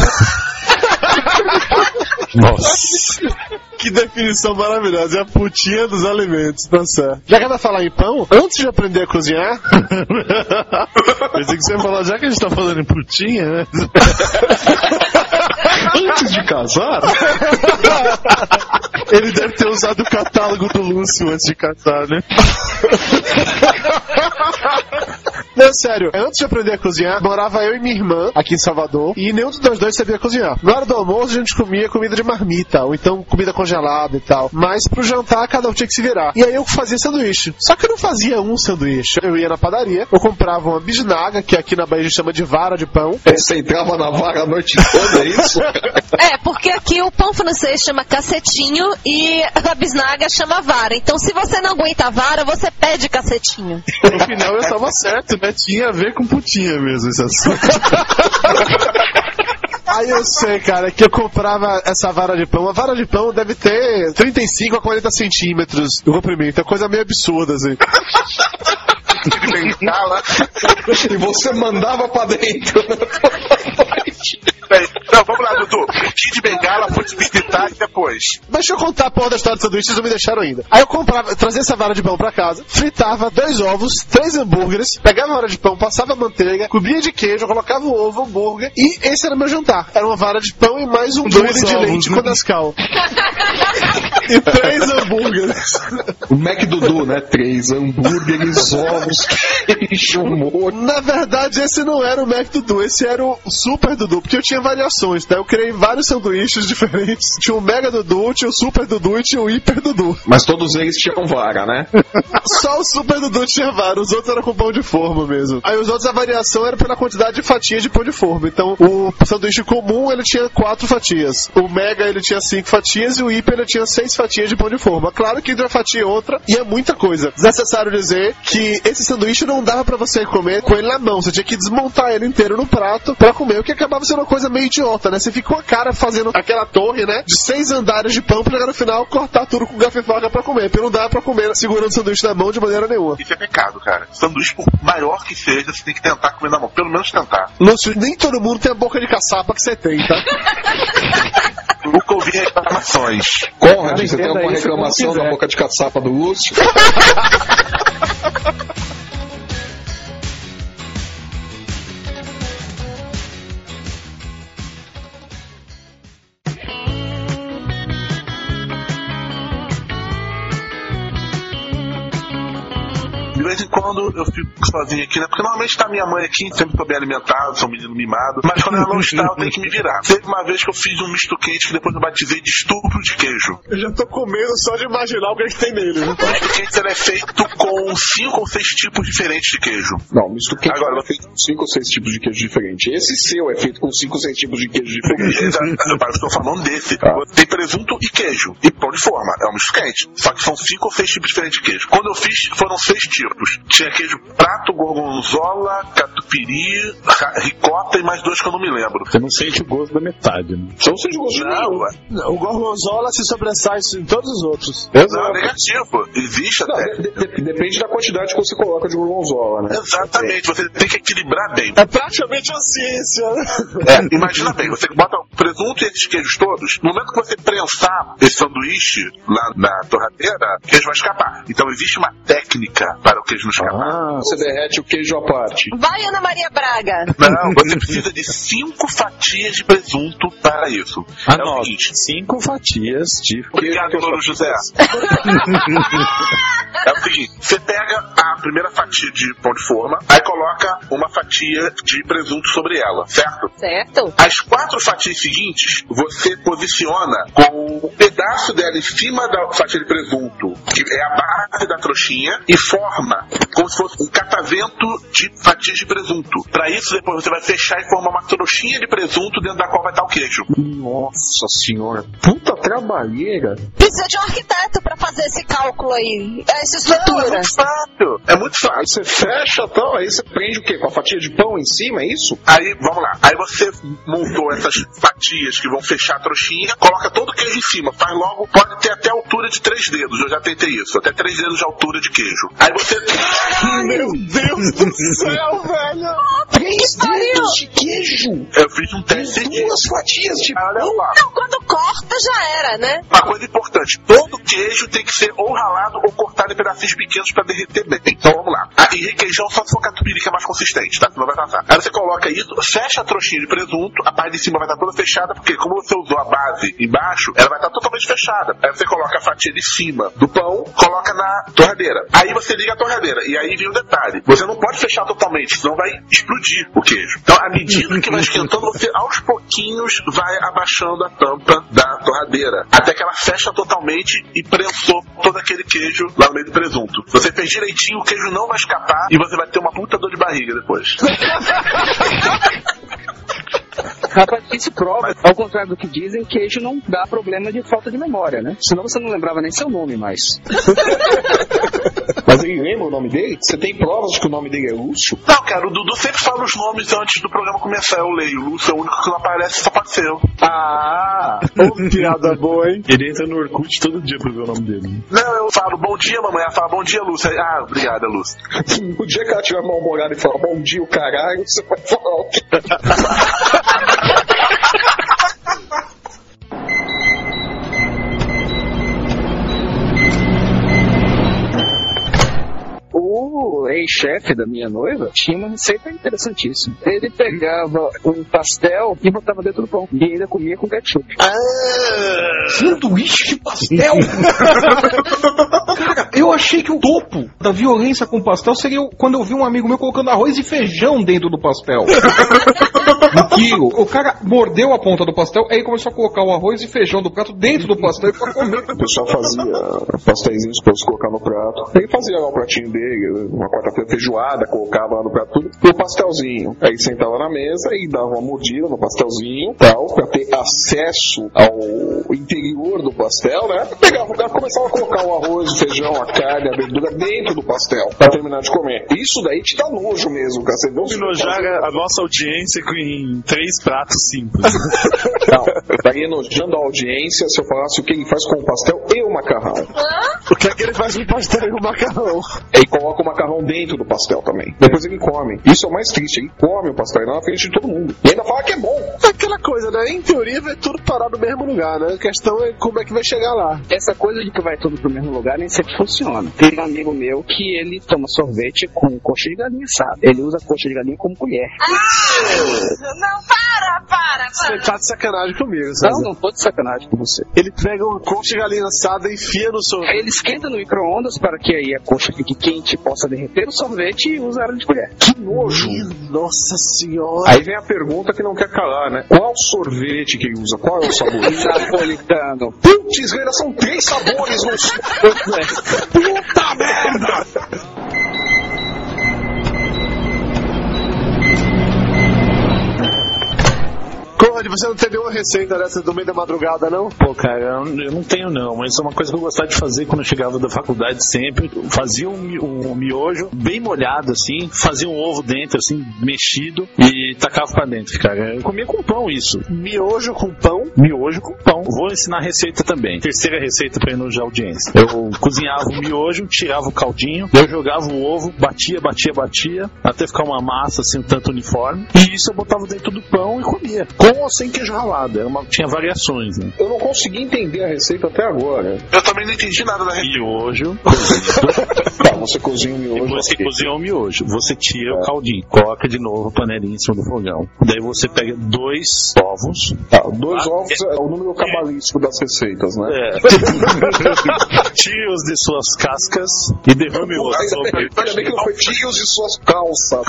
Nossa. Que definição maravilhosa. É a putinha dos alimentos, tá certo. Já que vai falar em pão, antes de aprender a cozinhar... Pensei que você ia falar, já que a gente tá falando em putinha, né? Antes de casar? Ele deve ter usado o catálogo do Lúcio antes de casar, né? Não, sério, antes de aprender a cozinhar, morava eu e minha irmã aqui em Salvador, e nenhum dos dois sabia cozinhar. Na hora do almoço a gente comia comida de marmita, ou então comida congelada e tal. Mas pro jantar cada um tinha que se virar. E aí eu fazia sanduíche. Só que eu não fazia um sanduíche. Eu ia na padaria, eu comprava uma bisnaga, que aqui na Bahia a gente chama de vara de pão. Você entrava na vara a noite toda, é isso? É, porque aqui o pão francês chama cacetinho e a bisnaga chama vara. Então se você não aguenta a vara, você pede cacetinho. No final eu tava certo, né? Tinha a ver com putinha mesmo esse assunto. Aí eu sei, cara, que eu comprava essa vara de pão. A vara de pão deve ter trinta e cinco a quarenta centímetros do comprimento. É coisa meio absurda, assim. De bengala. E você mandava pra dentro. Não, vamos lá, Dudu. Kid de bengala, foi te visitar e depois. Mas deixa eu contar a porra da história do sanduíche, vocês não me deixaram ainda. Aí eu comprava, trazia essa vara de pão pra casa, fritava dois ovos, três hambúrgueres, pegava a vara de pão, passava manteiga, cobria de queijo, colocava o ovo, hambúrguer, e esse era meu jantar. Era uma vara de pão e mais um dois de ovos, leite né? com Nescau. E três hambúrgueres. O Mac Dudu, né? Três hambúrgueres, ovos, queijo, molho. Na verdade, esse não era o Mac Dudu, esse era o Super Dudu, porque eu tinha variações, tá? Eu criei vários sanduíches diferentes. Tinha o Mega Dudu, tinha o Super Dudu e tinha o Hiper Dudu. Mas todos eles tinham vara, né? Só o Super Dudu tinha vara, os outros eram com pão de forma mesmo. Aí os outros, a variação era pela quantidade de fatias de pão de forma. Então, o sanduíche comum, ele tinha quatro fatias. O Mega, ele tinha cinco fatias e o Hiper, ele tinha seis fatias de pão de forma. Claro que entre uma fatia e outra, e é muita coisa. Desnecessário dizer que esse sanduíche não dava pra você comer com ele na mão. Você tinha que desmontar ele inteiro no prato pra comer, o que acabava sendo uma coisa meio idiota, né? Você ficou a cara fazendo aquela torre, né? De seis andares de pão pra chegar no final cortar tudo com garfo e faca pra comer. Porque não dá pra comer segurando o sanduíche na mão de maneira nenhuma. Isso é pecado, cara. Sanduíche, por maior que seja, você tem que tentar comer na mão. Pelo menos tentar. Lúcio, nem todo mundo tem a boca de caçapa que você tem, tá? Nunca ouvi reclamações. Conrad, você tem alguma reclamação da boca de caçapa do Lúcio? De vez em quando eu fico sozinho aqui, né? Porque normalmente tá minha mãe aqui, sempre tô bem alimentado, sou um menino mimado. Mas quando ela não está, eu tenho que me virar. Teve uma vez que eu fiz um misto quente que depois eu batizei de estupro de queijo. Eu já tô comendo só de imaginar o que, é que tem nele. Né? O misto quente ele é feito com cinco ou seis tipos diferentes de queijo. Não, o misto quente Agora, é feito com cinco ou seis tipos de queijo diferentes. Esse seu é feito com cinco ou seis tipos de queijo diferentes. Eu estou falando desse. Ah. Tem presunto e queijo. E pão de forma. É um misto quente. Só que são cinco ou seis tipos diferentes de queijo. Quando eu fiz, foram seis tipos. Tinha queijo prato, gorgonzola, catupiry, ricota e mais dois que eu não me lembro. Você não sente o gosto da metade, né? Você não sente o gosto de Não, nenhum. Não, o gorgonzola se sobressai em todos os outros. não, negativo. Existe Não, até. de- de- depende da quantidade que você coloca de gorgonzola, né? Exatamente. Você tem que equilibrar bem. É praticamente uma ciência. É, imagina bem, você bota o presunto e esses queijos todos, no momento que você prensar esse sanduíche lá na torradeira, o queijo vai escapar. Então existe uma técnica para o queijo não escapar. escapar. Ah, você derrete o queijo à parte. Vai, Ana Maria Braga. Não, você precisa de cinco fatias de presunto para isso. Ah, é não. o seguinte. Cinco fatias de... Obrigado, Louro José. É o seguinte, você pega a primeira fatia de pão de forma, aí coloca uma fatia de presunto sobre ela, certo? Certo. As quatro fatias seguintes, você posiciona com um pedaço dela em cima da fatia de presunto, que é a base da trouxinha, e forma como se fosse um catavento de fatias de presunto. Para isso, depois você vai fechar e formar uma trouxinha de presunto dentro da qual vai estar o queijo. Nossa senhora, puta trabalheira. Precisa de um arquiteto pra fazer esse cálculo aí, essa estrutura. Não, é muito fácil. É muito fácil. Aí você fecha tal, aí você prende o quê? Com a fatia de pão em cima, é isso? Aí, vamos lá. Aí você montou essas fatias que vão fechar a trouxinha, coloca todo o queijo em cima. Faz logo, pode ter até altura de três dedos. Eu já tentei isso. Até três dedos de altura de queijo. Aí você... Ai, meu Deus do céu, velho! Três dedos de queijo! Eu fiz um teste de... Duas fatias de Olha lá. Não, quando corta já era, né? Uma coisa importante. Todo queijo tem que ser ou ralado ou cortado em pedacinhos pequenos pra derreter bem. Então vamos lá. Ah, e requeijão só se for catupiry, que é mais consistente, tá? Senão vai passar. Aí você coloca isso, fecha a trouxinha de presunto, a parte de cima vai estar toda fechada, porque como você usou a base embaixo, ela vai estar totalmente fechada. Aí você coloca a fatia de cima do pão, coloca na torradeira. Aí você liga a torradeira. E aí vem o detalhe. Você não pode fechar totalmente, senão vai explodir o queijo. Então, à medida que vai esquentando, você aos pouquinhos vai abaixando a tampa da torradeira, até que ela fecha totalmente e prensou todo aquele queijo lá no meio do presunto. Se você fez direitinho, o queijo não vai escapar e você vai ter uma puta dor de barriga depois. Rapaz, isso prova, ao contrário do que dizem, queijo não dá problema de falta de memória, né? Senão você não lembrava nem seu nome mais. Mas ele lembra o nome dele? Você tem provas de que o nome dele é Lúcio? Não, cara, o Dudu sempre fala os nomes antes do programa começar. Eu leio. O Lúcio é o único que não aparece, só pode ser eu. Ah, oh, piada boa, hein? Ele entra no Orkut todo dia pra ver o nome dele. Não, eu falo bom dia, mamãe. Ela fala bom dia, Lúcio. Aí, ah, obrigada, Lúcio. No dia que ela tiver mal-humorada e falar bom dia, o caralho, você vai falar. O ex-chefe da minha noiva tinha uma receita interessantíssima. Ele pegava um pastel e botava dentro do pão. E ainda comia com ketchup. Ah, sanduíche de pastel? Cara, eu achei que o topo da violência com pastel seria quando eu vi um amigo meu colocando arroz e feijão dentro do pastel. Um quilo. O cara mordeu a ponta do pastel, aí começou a colocar o arroz e feijão do prato dentro do pastel e foi comer. O pessoal fazia pastéisinhos pra você colocar no prato. Ele fazia lá o pratinho dele, uma quarta-feira feijoada, colocava lá no prato tudo, e o pastelzinho. Aí sentava na mesa e dava uma mordida no pastelzinho, tal, pra ter acesso ao interior do pastel, né? Pegava o cara e começava a colocar o arroz, o feijão, a carne, a verdura dentro do pastel, pra terminar de comer. Isso daí te dá nojo mesmo, cara. Você não se enojar a nossa audiência em três pratos simples. Não, estaria enojando a audiência se eu falasse o que ele faz com o pastel e o macarrão. O que é que ele faz com o pastel e o macarrão? Ele coloca o macarrão dentro do pastel também. Depois ele come. Isso é o mais triste. Ele come o pastel na frente de todo mundo. E ainda fala que é bom. Aquela coisa, né? Em teoria vai tudo parar no mesmo lugar, né? A questão é como é que vai chegar lá. Essa coisa de que vai tudo pro mesmo lugar nem sempre funciona. Tem um amigo meu que ele toma sorvete com coxa de galinha, sabe? Ele usa coxa de galinha como colher. Ah, não, para, para, para. Você tá de sacanagem comigo, sabe? Não, não tô de sacanagem com você. Ele pega uma coxa de galinha assada e enfia no sorvete. Ele esquenta no micro-ondas para que aí a coxa fique quente e possa derreter o sorvete e usar ela de colher. Que nojo! Nossa senhora! Aí vem a pergunta que não quer calar, né? Qual sorvete que ele usa? Qual é o sabor? Napolitano. Putz, grana, são três sabores no sorvete. Puta merda! Conrad, você não tem nenhuma receita dessa do meio da madrugada, não? Pô, cara, eu não tenho não, mas é uma coisa que eu gostava de fazer quando eu chegava da faculdade sempre. Fazia um, um miojo bem molhado, assim, fazia um ovo dentro, assim, mexido, e tacava pra dentro, cara. Eu comia com pão isso. Miojo com pão? Miojo com pão. Vou ensinar a receita também. Terceira receita pra enojar a audiência. Eu cozinhava o miojo, tirava o caldinho, eu jogava o ovo, batia, batia, batia, até ficar uma massa, assim, um tanto uniforme, e isso eu botava dentro do pão e comia. Com ou sem queijo ralado. Era uma, tinha variações, né? Eu não consegui entender a receita até agora. Eu também não entendi nada da receita. Miojo. Tá, você cozinha o miojo. Depois você okay. cozinha o miojo. Você tira é. o caldinho. Coloca de novo a panelinha em cima do fogão. Daí você pega dois ovos. Tá, dois ah, ovos é, é o número cabalístico das receitas, né? É. Tire-os de suas cascas e derrame-os. Ainda bem que não foi tire-os de suas calças.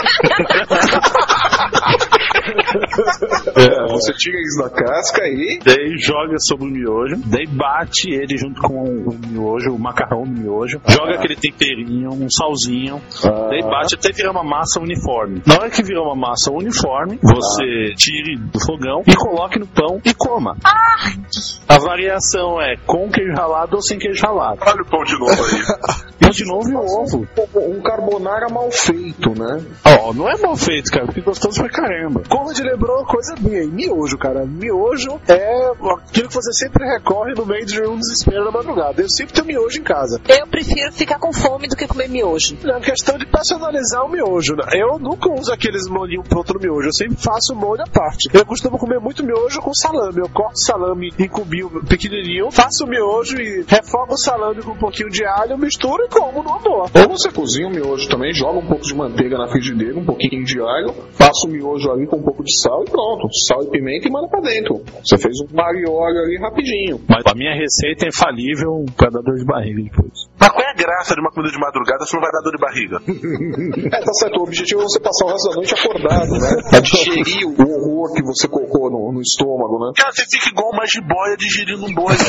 É, você tira eles da casca e... Daí joga sobre o miojo. Daí bate ele junto com o miojo, o macarrão do miojo. Ah. Joga aquele temperinho, um salzinho. Ah. Daí bate até virar uma massa uniforme. Na hora que virar uma massa uniforme, você ah. tire do fogão e coloque no pão e coma. Ah. A variação é com queijo ralado ou sem queijo ralado. Olha o pão de novo aí. E de novo e o ovo. Um carbonara mal feito, né? Ó, oh, não é mal feito, cara, porque gostoso pra caramba. Conrad lembrou uma coisa minha, miojo, cara. Miojo é aquilo que você sempre recorre no meio de um desespero na madrugada. Eu sempre tenho miojo em casa. Eu prefiro ficar com fome do que comer miojo. É uma questão de personalizar o miojo, né? Eu nunca uso aqueles molhinhos pronto no miojo. Eu sempre faço o molho à parte. Eu costumo comer muito miojo com salame. Eu corto salame em cubinho pequenininho, faço o miojo e refogo o salame com um pouquinho de alho, misturo e como no amor. Ou você cozinha o miojo também, joga um pouco de manteiga na frigideira, um pouquinho de alho, passa o miojo ali com um pouco de sal e pronto. Sal e pimenta e manda pra dentro. Você fez um mariolho ali rapidinho. Mas a minha receita é infalível pra dar dor de barriga depois. Mas qual é a graça de uma comida de madrugada se não vai dar dor de barriga? É, tá certo. O objetivo é você passar o resto da noite acordado, né? Pra digerir o horror que você colocou no, no estômago, né? Cara, você fica igual uma jiboia digerindo um boi.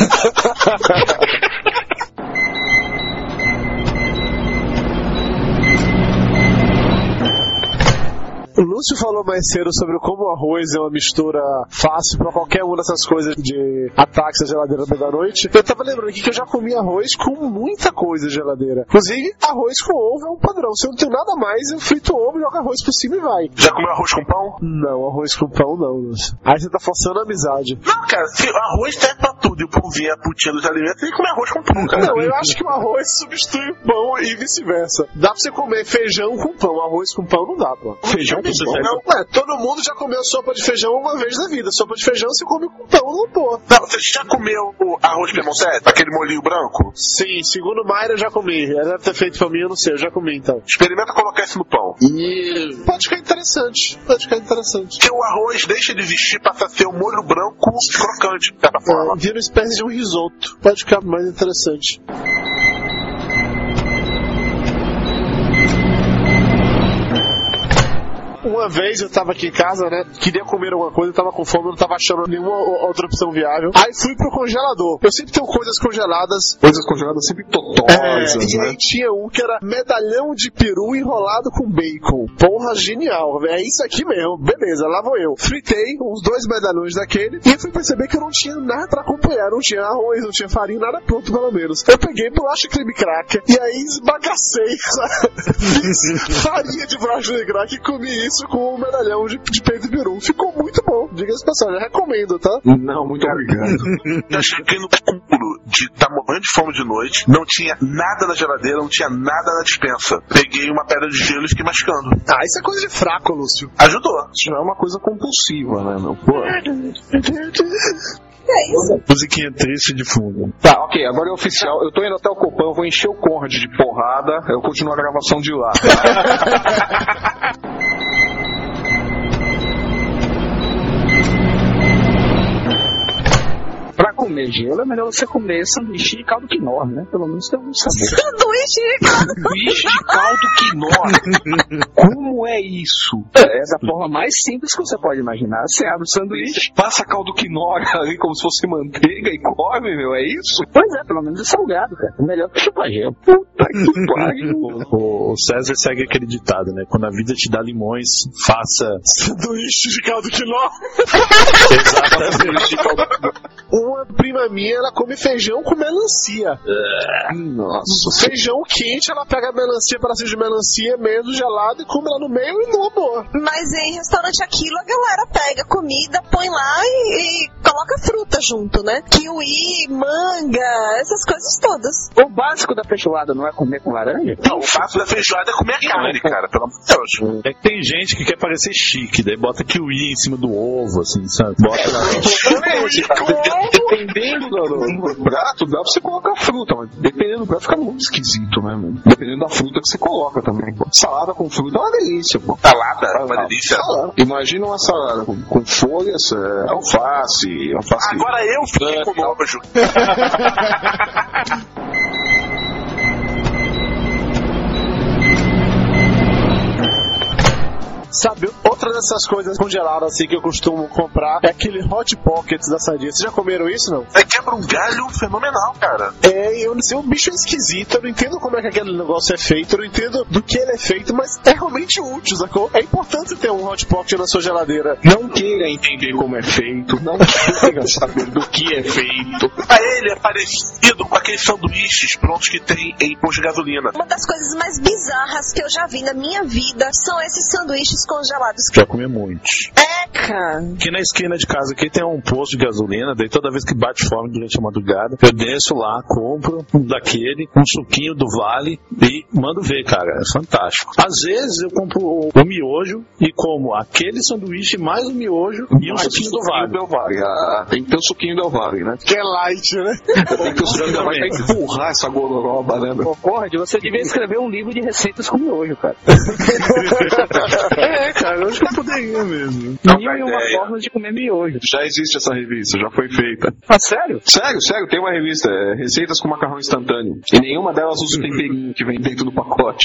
O Lúcio falou mais cedo sobre como o arroz é uma mistura fácil pra qualquer uma dessas coisas de ataques à geladeira da noite. Eu tava lembrando aqui que eu já comi arroz com muita coisa de geladeira. Inclusive, arroz com ovo é um padrão. Se eu não tenho nada mais, eu frito ovo, jogo arroz por cima e vai. Já comeu arroz com pão? Não, arroz com pão não, Lúcio. Aí você tá forçando a amizade. Não, cara, se arroz serve pra tudo e o pão vier a putinha dos alimentos, tem que comer arroz com pão, cara. Não, eu acho que o arroz substitui o pão e vice-versa. Dá pra você comer feijão com pão, arroz com pão não dá, pô. Feijão com pão? Não, é, todo mundo já comeu sopa de feijão uma vez na vida. Sopa de feijão você come com pão, não pô. Não, você já comeu o arroz piemontese? Aquele molhinho branco? Sim, segundo Mayra eu já comi. Ela deve ter feito pra mim, eu não sei, eu já comi então. Experimenta colocar isso no pão. E pode ficar interessante, pode ficar interessante. Porque o arroz deixa de existir, passa a ser um molho branco crocante, de certa forma. É, vira uma espécie de um risoto. Pode ficar mais interessante. Uma vez eu tava aqui em casa, né? Queria comer alguma coisa, eu tava com fome, eu não tava achando nenhuma outra opção viável. Aí fui pro congelador. Eu sempre tenho coisas congeladas. Coisas congeladas sempre totosas, é, né? E aí tinha um que era medalhão de peru enrolado com bacon. Porra, genial. É isso aqui mesmo. Beleza, lá vou eu. Fritei uns dois medalhões daquele e fui perceber que eu não tinha nada pra acompanhar. Não tinha arroz, não tinha farinha, nada pronto pelo menos. Eu peguei bolacha creme cracker e aí esbagacei. Fiz farinha de bolacha creme cracker e comi isso com um medalhão de, de peito de peru. Ficou muito bom, diga-se passagem, eu recomendo, tá? Não, muito obrigado. Eu cheguei no cúmulo de estar tá morrendo de fome de noite, não tinha nada na geladeira, não tinha nada na despensa. Peguei uma pedra de gelo e fiquei mascando. Ah, isso é coisa de fraco, Lúcio. Ajudou. Isso não é uma coisa compulsiva, né, meu? Pô. É isso. Musiquinha triste de fundo. Tá, ok, agora é oficial. Eu tô indo até o Copan, eu vou encher o Conrad de porrada, eu continuo a gravação de lá. Pra comer gelo, é melhor você comer sanduíche de caldo quinó, né? Pelo menos tem um sabor. Sanduíche de caldo Sanduíche de caldo quinó? Como é isso? É da forma mais simples que você pode imaginar. Você abre o sanduíche, passa caldo quinó ali como se fosse manteiga e come, meu, é isso? Pois é, pelo menos é salgado, cara. É melhor que chupar gelo. Puta que pariu. O, o César segue aquele ditado, né? Quando a vida te dá limões, faça sanduíche de caldo quinó. Exatamente, de caldo quinó. Uma prima minha, ela come feijão com melancia. Nossa. Feijão quente, ela pega a melancia, pedacinho de melancia, meio gelado, e come lá no meio e no amor. Mas em restaurante aquilo, a galera pega comida, põe lá e, e coloca fruta junto, né? Kiwi, manga, essas coisas todas. O básico da feijoada não é comer com laranja? Não, o básico da feijoada é comer a carne, cara, pelo amor de Deus. É que tem gente que quer parecer chique, daí bota kiwi em cima do ovo, assim, sabe? Bota lá. Dependendo do, do prato, dá pra você colocar fruta, mas dependendo do prato fica muito esquisito, né, mano? Dependendo da fruta que você coloca também, pô. Salada com fruta é uma delícia, pô. Salada é uma delícia. Salada. Imagina uma salada com, com folhas, é, alface, alface. Agora eu fiquei com nojo. Sabe, outra dessas coisas congeladas assim que eu costumo comprar é aquele Hot Pockets da Sadia. Vocês já comeram isso, não? É quebra um galho fenomenal, cara. É, eu não sei, o bicho é esquisito, eu não entendo como é que aquele negócio é feito, eu não entendo do que ele é feito, mas é realmente útil, sacou? É importante ter um Hot Pocket na sua geladeira. Não queira entender como é feito, não queira saber do que é feito. Pra ele é parecido com aqueles sanduíches prontos que tem em posto de gasolina. Uma das coisas mais bizarras que eu já vi na minha vida são esses sanduíches congelados. Já comi muitos. É, cara. Aqui na esquina de casa aqui tem um posto de gasolina, daí toda vez que bate fome durante a madrugada, eu desço lá, compro um daquele, um suquinho do Vale e mando ver, cara. É fantástico. Às vezes eu compro o, o miojo e como aquele sanduíche mais o miojo e um mais suquinho, suquinho do Vale. Del Vale. Ah, tem que ter o suquinho do Vale, né? Que é light, né? Tem que ter o suquinho do Vale pra empurrar essa gororoba, né? Concordo, você devia escrever um livro de receitas com miojo, cara. É, cara, eu acho que eu poderia mesmo. Mil e uma formas de comer miojo. Já existe essa revista, já foi feita. Ah, sério? Sério, sério, tem uma revista, é, Receitas com Macarrão Instantâneo. E nenhuma delas usa o temperinho que vem dentro do pacote.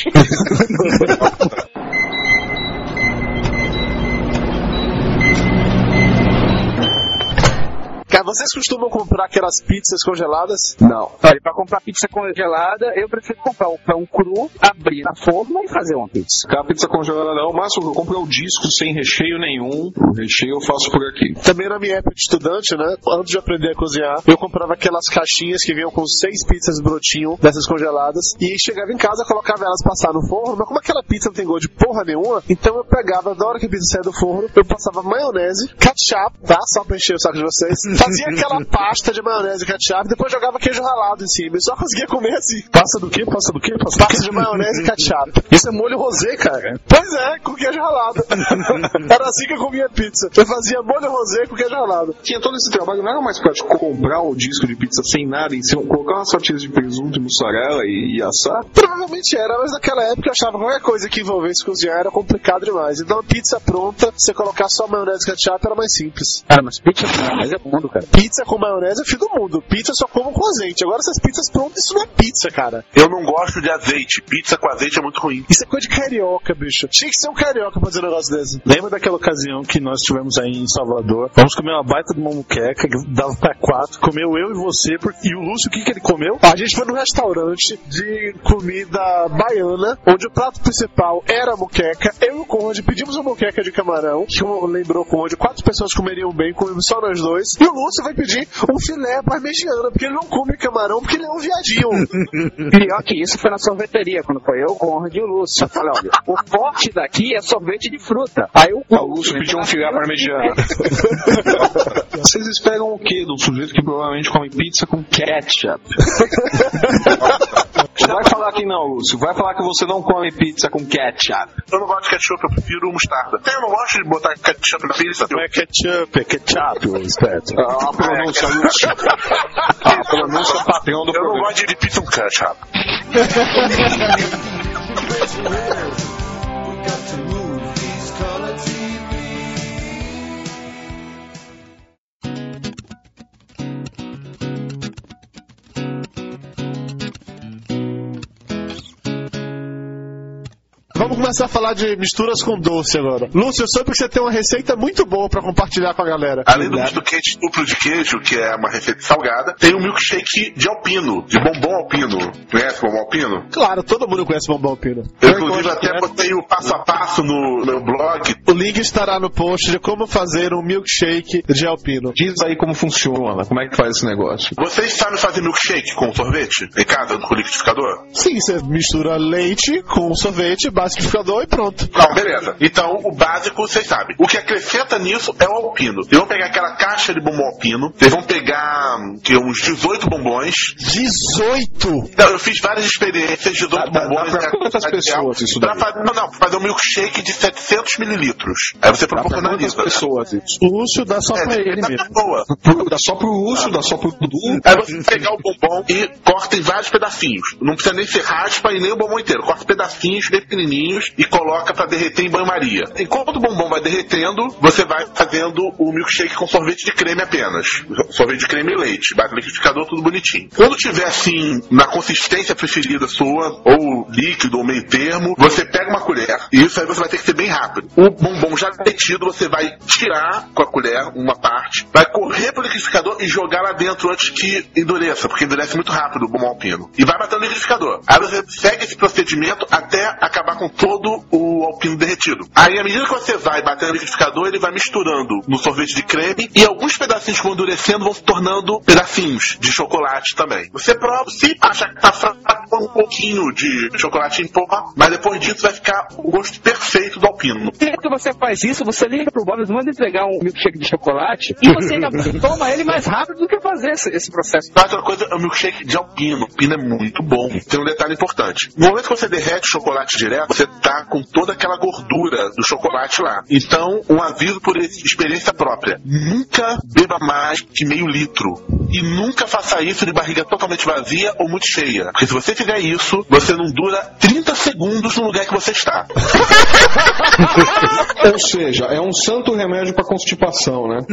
Cara, vocês costumam comprar aquelas pizzas congeladas? Não. Olha, pra comprar pizza congelada, eu prefiro comprar um pão cru, abrir na forma e fazer uma pizza. A pizza congelada não, o máximo que eu compro é o disco sem recheio nenhum. O recheio eu faço por aqui. Também na minha época de estudante, né? Antes de aprender a cozinhar, eu comprava aquelas caixinhas que vinham com seis pizzas brotinho dessas congeladas e chegava em casa, colocava elas passar no forno, mas como aquela pizza não tem gosto de porra nenhuma, então eu pegava, na hora que a pizza saia do forno, eu passava maionese, ketchup, tá? Só pra encher o saco de vocês. Fazia aquela pasta de maionese e ketchup e depois jogava queijo ralado em cima. Eu só conseguia comer assim. Passa do quê? Passa do quê? Passa, pasta de maionese e ketchup. Isso é molho rosé, cara. Pois é, com queijo ralado. Era assim que eu comia pizza. Eu fazia molho rosé com queijo ralado. Tinha todo esse trabalho, não era mais prático comprar o disco de pizza sem nada em cima, colocar umas fatias de presunto e mussarela e, e assar? Provavelmente era, mas naquela época eu achava que qualquer coisa que envolvesse cozinhar era complicado demais. Então a pizza pronta, você colocar só maionese e ketchup era mais simples. Cara, mas pizza com maionese é mundo, cara. Pizza com maionese é o fim do mundo. Pizza só como com azeite. Agora essas pizzas prontas, isso não é pizza, cara. Eu não gosto de azeite. Pizza com azeite é muito ruim. Isso é coisa de carioca, bicho. Tinha que ser um carioca pra fazer um negócio desse. Lembra daquela ocasião que nós tivemos aí em Salvador? Vamos comer uma baita de uma muqueca que dava pra quatro. Comeu eu e você. Porque... E o Lúcio, o que, que ele comeu? A gente foi num restaurante de comida baiana, onde o prato principal era a muqueca. Eu e o Conde pedimos uma muqueca de camarão, que lembrou o Conde. Quatro pessoas comeriam bem, comemos só nós dois. E o Lúcio vai pedir um filé parmegiana, porque ele não come camarão, porque ele é um viadinho. Pior que isso foi na sorveteria, quando foi eu, o Conrad e o Lúcio. Eu falei, olha, o forte daqui é sorvete de fruta. Aí o, o Lúcio pediu um filé parmegiana. Vocês esperam o quê de um sujeito que provavelmente come pizza com ketchup? Vai falar que não, Lúcio. Vai falar que você não come pizza com ketchup. Eu não gosto de ketchup, eu prefiro mostarda. Eu não gosto de botar ketchup na pizza. Não é ketchup, é ketchup, o esperto. A pronúncia, Lúcio. A pronúncia padrão do eu programa. Eu não gosto de pizza com ketchup. Vamos começar a falar de misturas com doce agora. Lúcio, eu soube que você tem uma receita muito boa pra compartilhar com a galera. Além do misto quente duplo de queijo, que é uma receita salgada, tem um milkshake de alpino, de bombom alpino. Conhece bombom alpino? Claro, todo mundo conhece bombom alpino. Eu, inclusive, até botei o passo a passo no meu blog. O link estará no post de como fazer um milkshake de alpino. Diz aí como funciona, como é que faz esse negócio. Vocês sabem fazer milkshake com sorvete? Em casa, com liquidificador? Sim, você mistura leite com sorvete, base liquidificador e pronto. Não, beleza. Então, o básico, vocês sabem. O que acrescenta nisso é o alpino. Eles vão pegar aquela caixa de bombom alpino, eles vão pegar que, uns dezoito bombons. dezoito? Não, eu fiz várias experiências, dezoito Dá, bombons. dá pra quantas pessoas isso daí? Pra, não, não, fazer um milkshake de setecentos mililitros. Aí você proporcionaliza. Pessoas isso. O Lúcio dá só É, pra ele tá mesmo. boa. Dá só pro Lúcio, dá só pro Dudu. Aí você pegar o bombom e corta em vários pedacinhos. Não precisa nem ser raspa e nem o bombom inteiro. Corta pedacinhos bem pequenininhos e coloca pra derreter em banho-maria. Enquanto o bombom vai derretendo, você vai fazendo o milkshake com sorvete de creme apenas. Sorvete de creme e leite. Bate no liquidificador, tudo bonitinho. Quando tiver assim, na consistência preferida sua, ou líquido ou meio termo, você pega uma colher. E isso aí você vai ter que ser bem rápido. O bombom já derretido, você vai tirar com a colher uma parte, vai correr pro liquidificador e jogar lá dentro antes que endureça, porque endurece muito rápido o bombom alpino. E vai bater no liquidificador. Aí você segue esse procedimento até acabar com todo o alpino derretido. Aí, à medida que você vai batendo no liquidificador, ele vai misturando no sorvete de creme e alguns pedacinhos que vão endurecendo vão se tornando pedacinhos de chocolate também. Você prova, se acha que tá fraco, um pouquinho de chocolate em pó, mas depois disso vai ficar o gosto perfeito do alpino. Se você faz isso, você liga pro Bob, manda entregar um milkshake de chocolate e você ainda toma ele mais rápido do que fazer esse, esse processo. Outra coisa é o milkshake de alpino. O alpino é muito bom. Tem um detalhe importante. No momento que você derrete o chocolate direto, você tá com toda aquela gordura do chocolate lá. Então, um aviso por experiência própria. Nunca beba mais de meio litro. E nunca faça isso de barriga totalmente vazia ou muito cheia. Porque se você fizer isso, você não dura trinta segundos no lugar que você está. Ou seja, é um santo remédio pra constipação, né?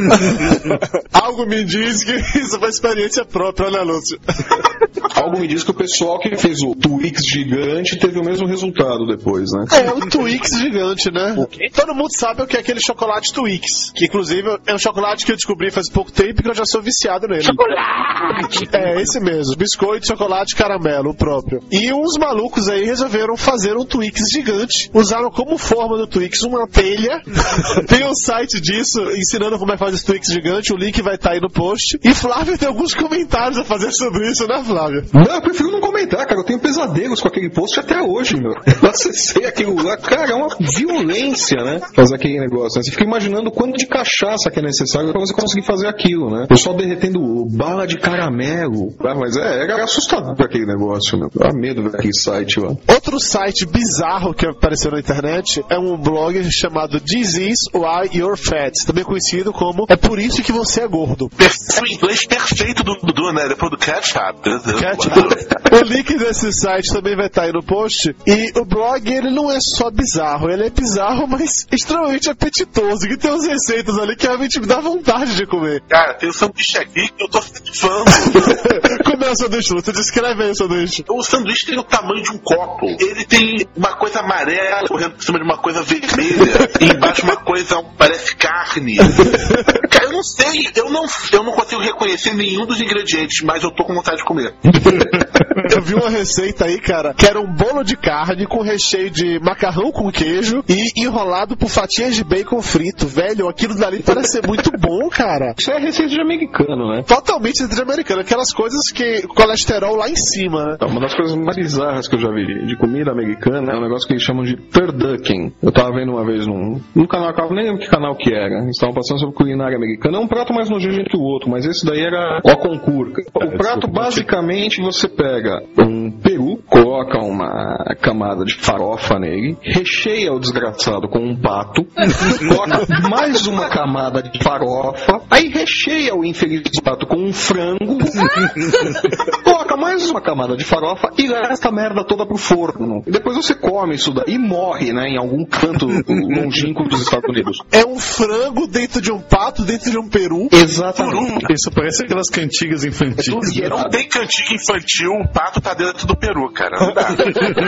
Algo me diz que isso foi experiência própria, né, Lúcio? Algo me diz que o pessoal que fez o Twix gigante teve o mesmo resultado depois, né? É, o Twix gigante, né? Todo mundo sabe o que é aquele chocolate Twix. Que, inclusive, é um chocolate que eu descobri faz pouco tempo e que eu já sou viciado nele. Chocolate! É, esse mesmo. Biscoito, chocolate, caramelo, o próprio. E uns malucos aí resolveram fazer um Twix gigante. Usaram como forma do Twix uma telha. Tem um site disso, ensinando como é que faz esse Twix gigante. O link vai estar aí no post. E Flávio tem alguns comentários a fazer sobre isso, né, Flávio? Não, eu prefiro não comentar, cara. Eu tenho pesadelos com aquele post até hoje, meu. Eu acessei aquilo lá. Cara, é uma violência, né? Fazer aquele negócio. Né? Você fica imaginando o quanto de cachaça que é necessário pra você conseguir fazer aquilo, né? O pessoal derretendo bala de caramelo. Ah, mas é, era assustador aquele negócio, meu. Dá medo daquele site lá. Outro site bizarro que apareceu na internet é um blog chamado This Is Why You're Fat, também conhecido como É Por Isso Que Você É Gordo. O inglês perfeito do Dudu, né? Depois do ketchup. Ketchup. O link desse site também vai estar aí no post. E o blog, ele não é só bizarro, ele é bizarro, mas extremamente apetitoso. Que tem umas receitas ali que realmente me dá vontade de comer. Cara, tem o sanduíche aqui que eu tô fã. Como é o sanduíche? Tu descreve aí o sanduíche. O sanduíche tem o tamanho de um copo. Ele tem uma coisa amarela correndo por cima de uma coisa vermelha. E embaixo uma coisa parece carne. Cara, eu não sei. Eu não, eu não consigo reconhecer nenhum dos ingredientes, mas eu tô com vontade de comer. Eu vi uma receita aí, cara, que era um bolo de carne com recheio de macarrão com queijo e enrolado por fatias de bacon frito. Velho, aquilo dali parece ser muito bom, cara. Isso é receita de americano, né? Totalmente receita de americano. Aquelas coisas que colesterol lá em cima, né? Uma das coisas mais bizarras que eu já vi de comida americana é um negócio que eles chamam de turducken. Eu tava vendo uma vez num, num canal, eu nem lembro que canal que era. Eles estavam passando sobre culinária americana. É um prato mais nojento que o outro, mas esse daí era o concurso. O prato, basicamente, você pega um peru, coloca uma camada de farofa nele, recheia o desgraçado com um pato, coloca mais uma camada de farofa, aí recheia o infeliz pato com um frango, coloca mais uma camada de farofa e leva essa merda toda pro forno. E depois você come isso daí e morre, né, em algum canto longínquo dos Estados Unidos. É um frango dentro de um pato, dentro de um peru? Exatamente. Isso parece aquelas cantigas infantis. E não tem cantiga infantil, o pato tá dentro do peru, cara. Não dá.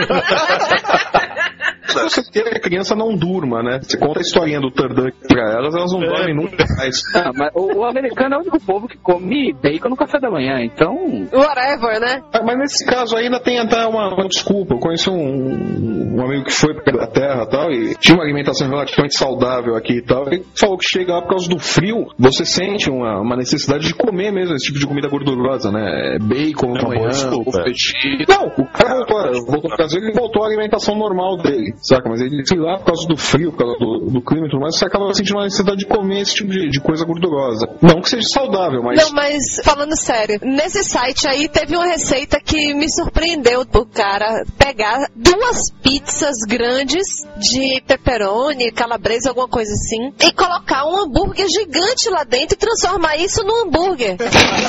Se você quer que a criança não durma, né? Você conta a historinha do turducken pra elas, elas não dormem nunca mais. Ah, mas o, o americano é o único povo que come bacon no café da manhã, então... Whatever, né? Ah, mas nesse caso ainda tem até uma, uma desculpa. Eu conheci um, um amigo que foi pra Terra e tal, e tinha uma alimentação relativamente saudável aqui e tal, ele falou que chega lá por causa do frio, você sente uma, uma necessidade de comer mesmo esse tipo de comida gordurosa, né? Bacon, é amanhã, peixe. Não, o cara voltou, voltou pro Brasil e voltou à alimentação normal dele, saca? Mas ele, sei lá, por causa do frio, por causa do, do clima e tudo mais, você acaba sentindo uma necessidade de comer esse tipo de, de coisa gordurosa. Não que seja saudável, mas... Não, mas falando sério, nesse site aí teve uma receita que me surpreendeu do cara pegar duas pizzas grandes de pepperoni, calabresa, alguma coisa assim, e colocar um hambúrguer gigante lá dentro e transformar isso num hambúrguer.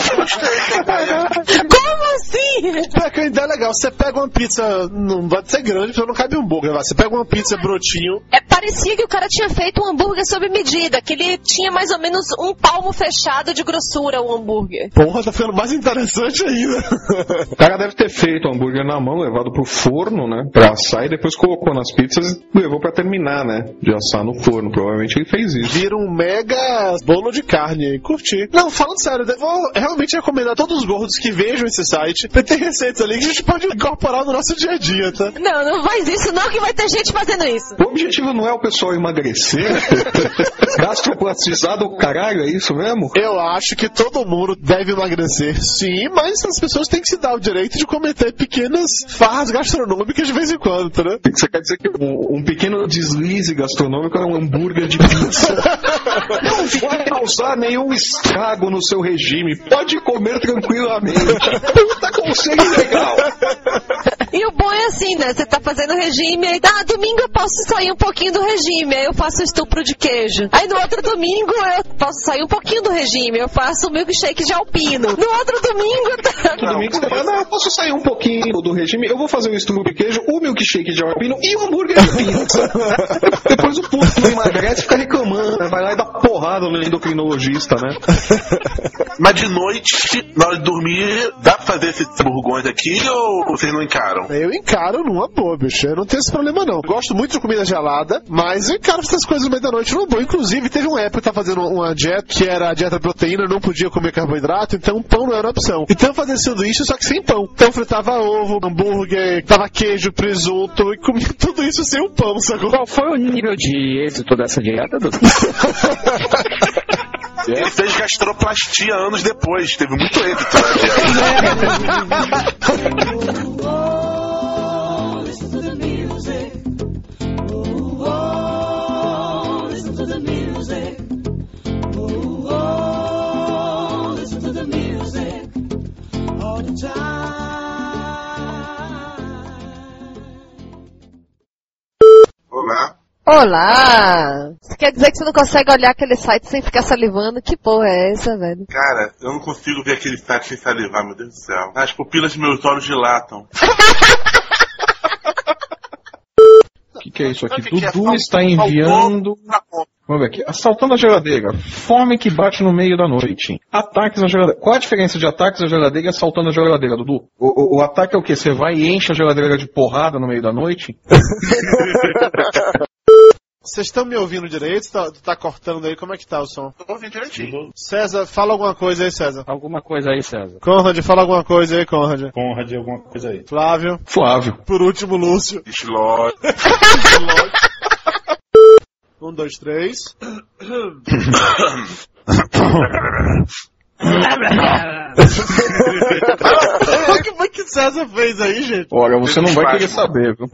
Como assim? É que a ideia é legal. Você pega uma pizza, não vai ser grande, porque não cabe um hambúrguer. Você pega uma pizza brotinho. É, parecia que o cara tinha feito um hambúrguer sob medida, que ele tinha mais ou menos um palmo fechado de grossura, o hambúrguer. Porra, tá ficando mais interessante ainda. O cara deve ter feito o hambúrguer na mão, levado pro forno, né? Pra assar e depois colocou nas pizzas e levou pra terminar, né? De assar no forno. Provavelmente ele fez isso. Vira um mega bolo de carne aí. Curti. Não, falando sério, eu vou realmente recomendar a todos os gordos que vejam esse site. Vai ter receitas ali que a gente pode incorporar no nosso dia a dia, tá? Não, não faz isso não, que vai ter gente fazendo isso. O objetivo não é o pessoal emagrecer? Gastroplastizado ou caralho, é isso mesmo? Eu acho que todo mundo deve emagrecer, sim, mas as pessoas têm que se dar o direito de cometer pequenas farras gastronômicas de vez em quando, tá, né? Você quer dizer que um, um pequeno deslize gastronômico é um hambúrguer de pizza? Não vai causar nenhum estrago no seu regime. Pode comer tranquilamente. Puta conselho legal. E o bom é assim, né? Você tá fazendo regime, aí, ah, domingo eu posso sair um pouquinho do regime, aí eu faço estupro de queijo. Aí no outro domingo eu posso sair um pouquinho do regime, eu faço o milkshake de alpino. No outro domingo... Tá... No domingo você fala, não, eu posso sair um pouquinho do regime, eu vou fazer o estupro de queijo, o milkshake de alpino e o hambúrguer de pizza. Depois o povo não emagrece e fica reclamando, né? Vai lá e dá porrada no endocrinologista, né? Mas de noite, na hora de dormir, dá pra fazer esses burgões aqui ou vocês não encaram? Eu encaro numa boa, bicho. Eu não tenho esse problema, não. Gosto muito de comida gelada, mas eu encaro essas coisas no meio da noite numa boa. Inclusive, teve uma época que eu tava fazendo uma dieta, que era a dieta proteína, não podia comer carboidrato, então pão não era opção. Então eu fazia sanduíche, só que sem pão. Então eu fritava ovo, hambúrguer, tava queijo, presunto, e comia tudo isso sem o pão, sacou? Qual foi o nível de êxito dessa dieta, doutor? Ele fez gastroplastia anos depois, teve muito êxito na dieta. Olá. Olá! Você quer dizer que você não consegue olhar aquele site sem ficar salivando? Que porra é essa, velho? Cara, eu não consigo ver aquele site sem salivar, meu Deus do céu. As pupilas de meus olhos dilatam. O que, que é isso aqui? Que Dudu que é? Está enviando... Vamos ver aqui. Assaltando a geladeira. Fome que bate no meio da noite. Ataques na geladeira. Qual a diferença de ataques na geladeira e assaltando a geladeira, Dudu? O, o, o ataque é o quê? Você vai e enche a geladeira de porrada no meio da noite? Vocês estão me ouvindo direito? Tá, tá cortando aí? Como é que tá o som? Tô ouvindo direitinho. César, fala alguma coisa aí, César. Alguma coisa aí, César. Conrad, fala alguma coisa aí, Conrad. Conrad, alguma coisa aí. Flávio. Flávio. Por último, Lúcio. Slot. Um, dois, três. O que foi que César fez aí, gente? Olha, você não vai querer saber, viu?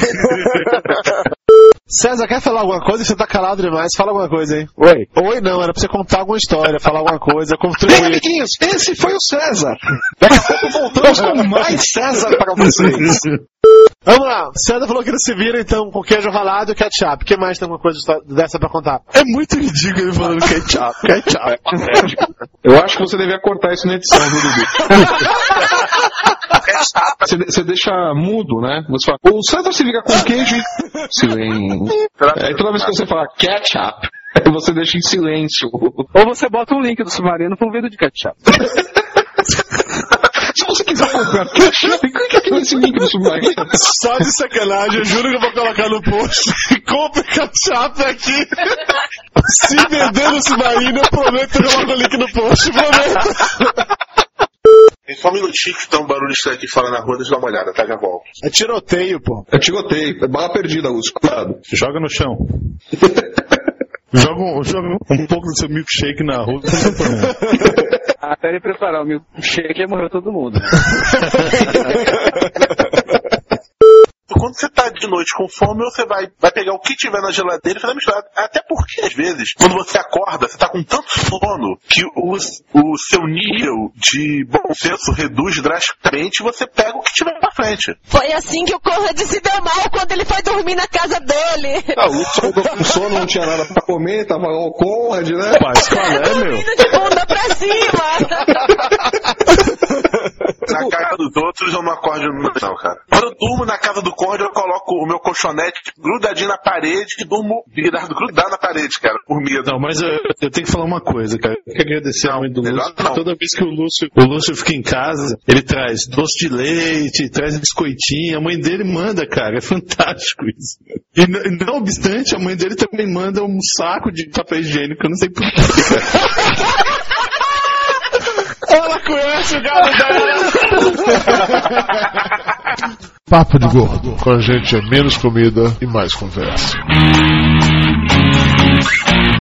César, quer falar alguma coisa? Você tá calado demais. Fala alguma coisa aí. Oi. Oi, não. Era pra você contar alguma história, falar alguma coisa, contribuir. Ei, amiguinhos, esse foi o César. Daqui a pouco voltamos com mais César para vocês. Vamos lá. César falou que ele se vira, então, com queijo ralado e ketchup. O que mais tem alguma coisa dessa pra contar? É muito ridículo ele falando ketchup. Ketchup. Eu acho que você devia cortar isso na edição, viu, Dudu? Você, você deixa mudo, né? Você fala, o César se vira com queijo e... Silêncio. Aí toda vez que você fala ketchup, aí você deixa em silêncio. Ou você bota um link do Submarino com um vídeo de ketchup. Se você quiser comprar ketchup, clica aqui nesse link do Submarino. Só de sacanagem, eu juro que eu vou colocar no post. Compre ketchup aqui. Se vender no Submarino, eu prometo que eu coloco o link no post, prometo. Tem só um minutinho que tá um barulho estranho aqui fora na rua, deixa eu dar uma olhada, tá? Já volto. É tiroteio, pô. É tiroteio, é bala perdida, Lúcio. Cuidado. Joga no chão. Joga, um, joga um pouco do seu milkshake na rua. Até ele preparar o milkshake e morreu todo mundo. Quando você tá de noite com fome, você vai, vai pegar o que tiver na geladeira e fazer misturado. Até porque, às vezes, quando você acorda, você tá com tanto sono que o, o seu nível de bom senso reduz drasticamente e você pega o que tiver pra frente. Foi assim que o Conrad se deu mal quando ele foi dormir na casa dele. Ah, o Lúcio chegou com sono, não tinha nada pra comer, tava o Conrad, né? Mas qual é, meu? Dormindo de bunda pra cima. Na casa dos outros eu não acordo não, cara. Quando eu durmo na casa do Conrad, eu coloco o meu colchonete grudadinho na parede e durmo virado grudado na parede, cara, por medo. Não, mas eu, eu tenho que falar uma coisa, cara. Eu tenho que agradecer não, a mãe do Lúcio. Não. Toda vez que o Lúcio, o Lúcio fica em casa, ele traz doce de leite, traz biscoitinho. A mãe dele manda, cara. É fantástico isso. E não obstante, a mãe dele também manda um saco de papel higiênico. Eu não sei por quê, cara. Ela conhece o gado dela! Papo de Gordo. Com a gente é menos comida e mais conversa.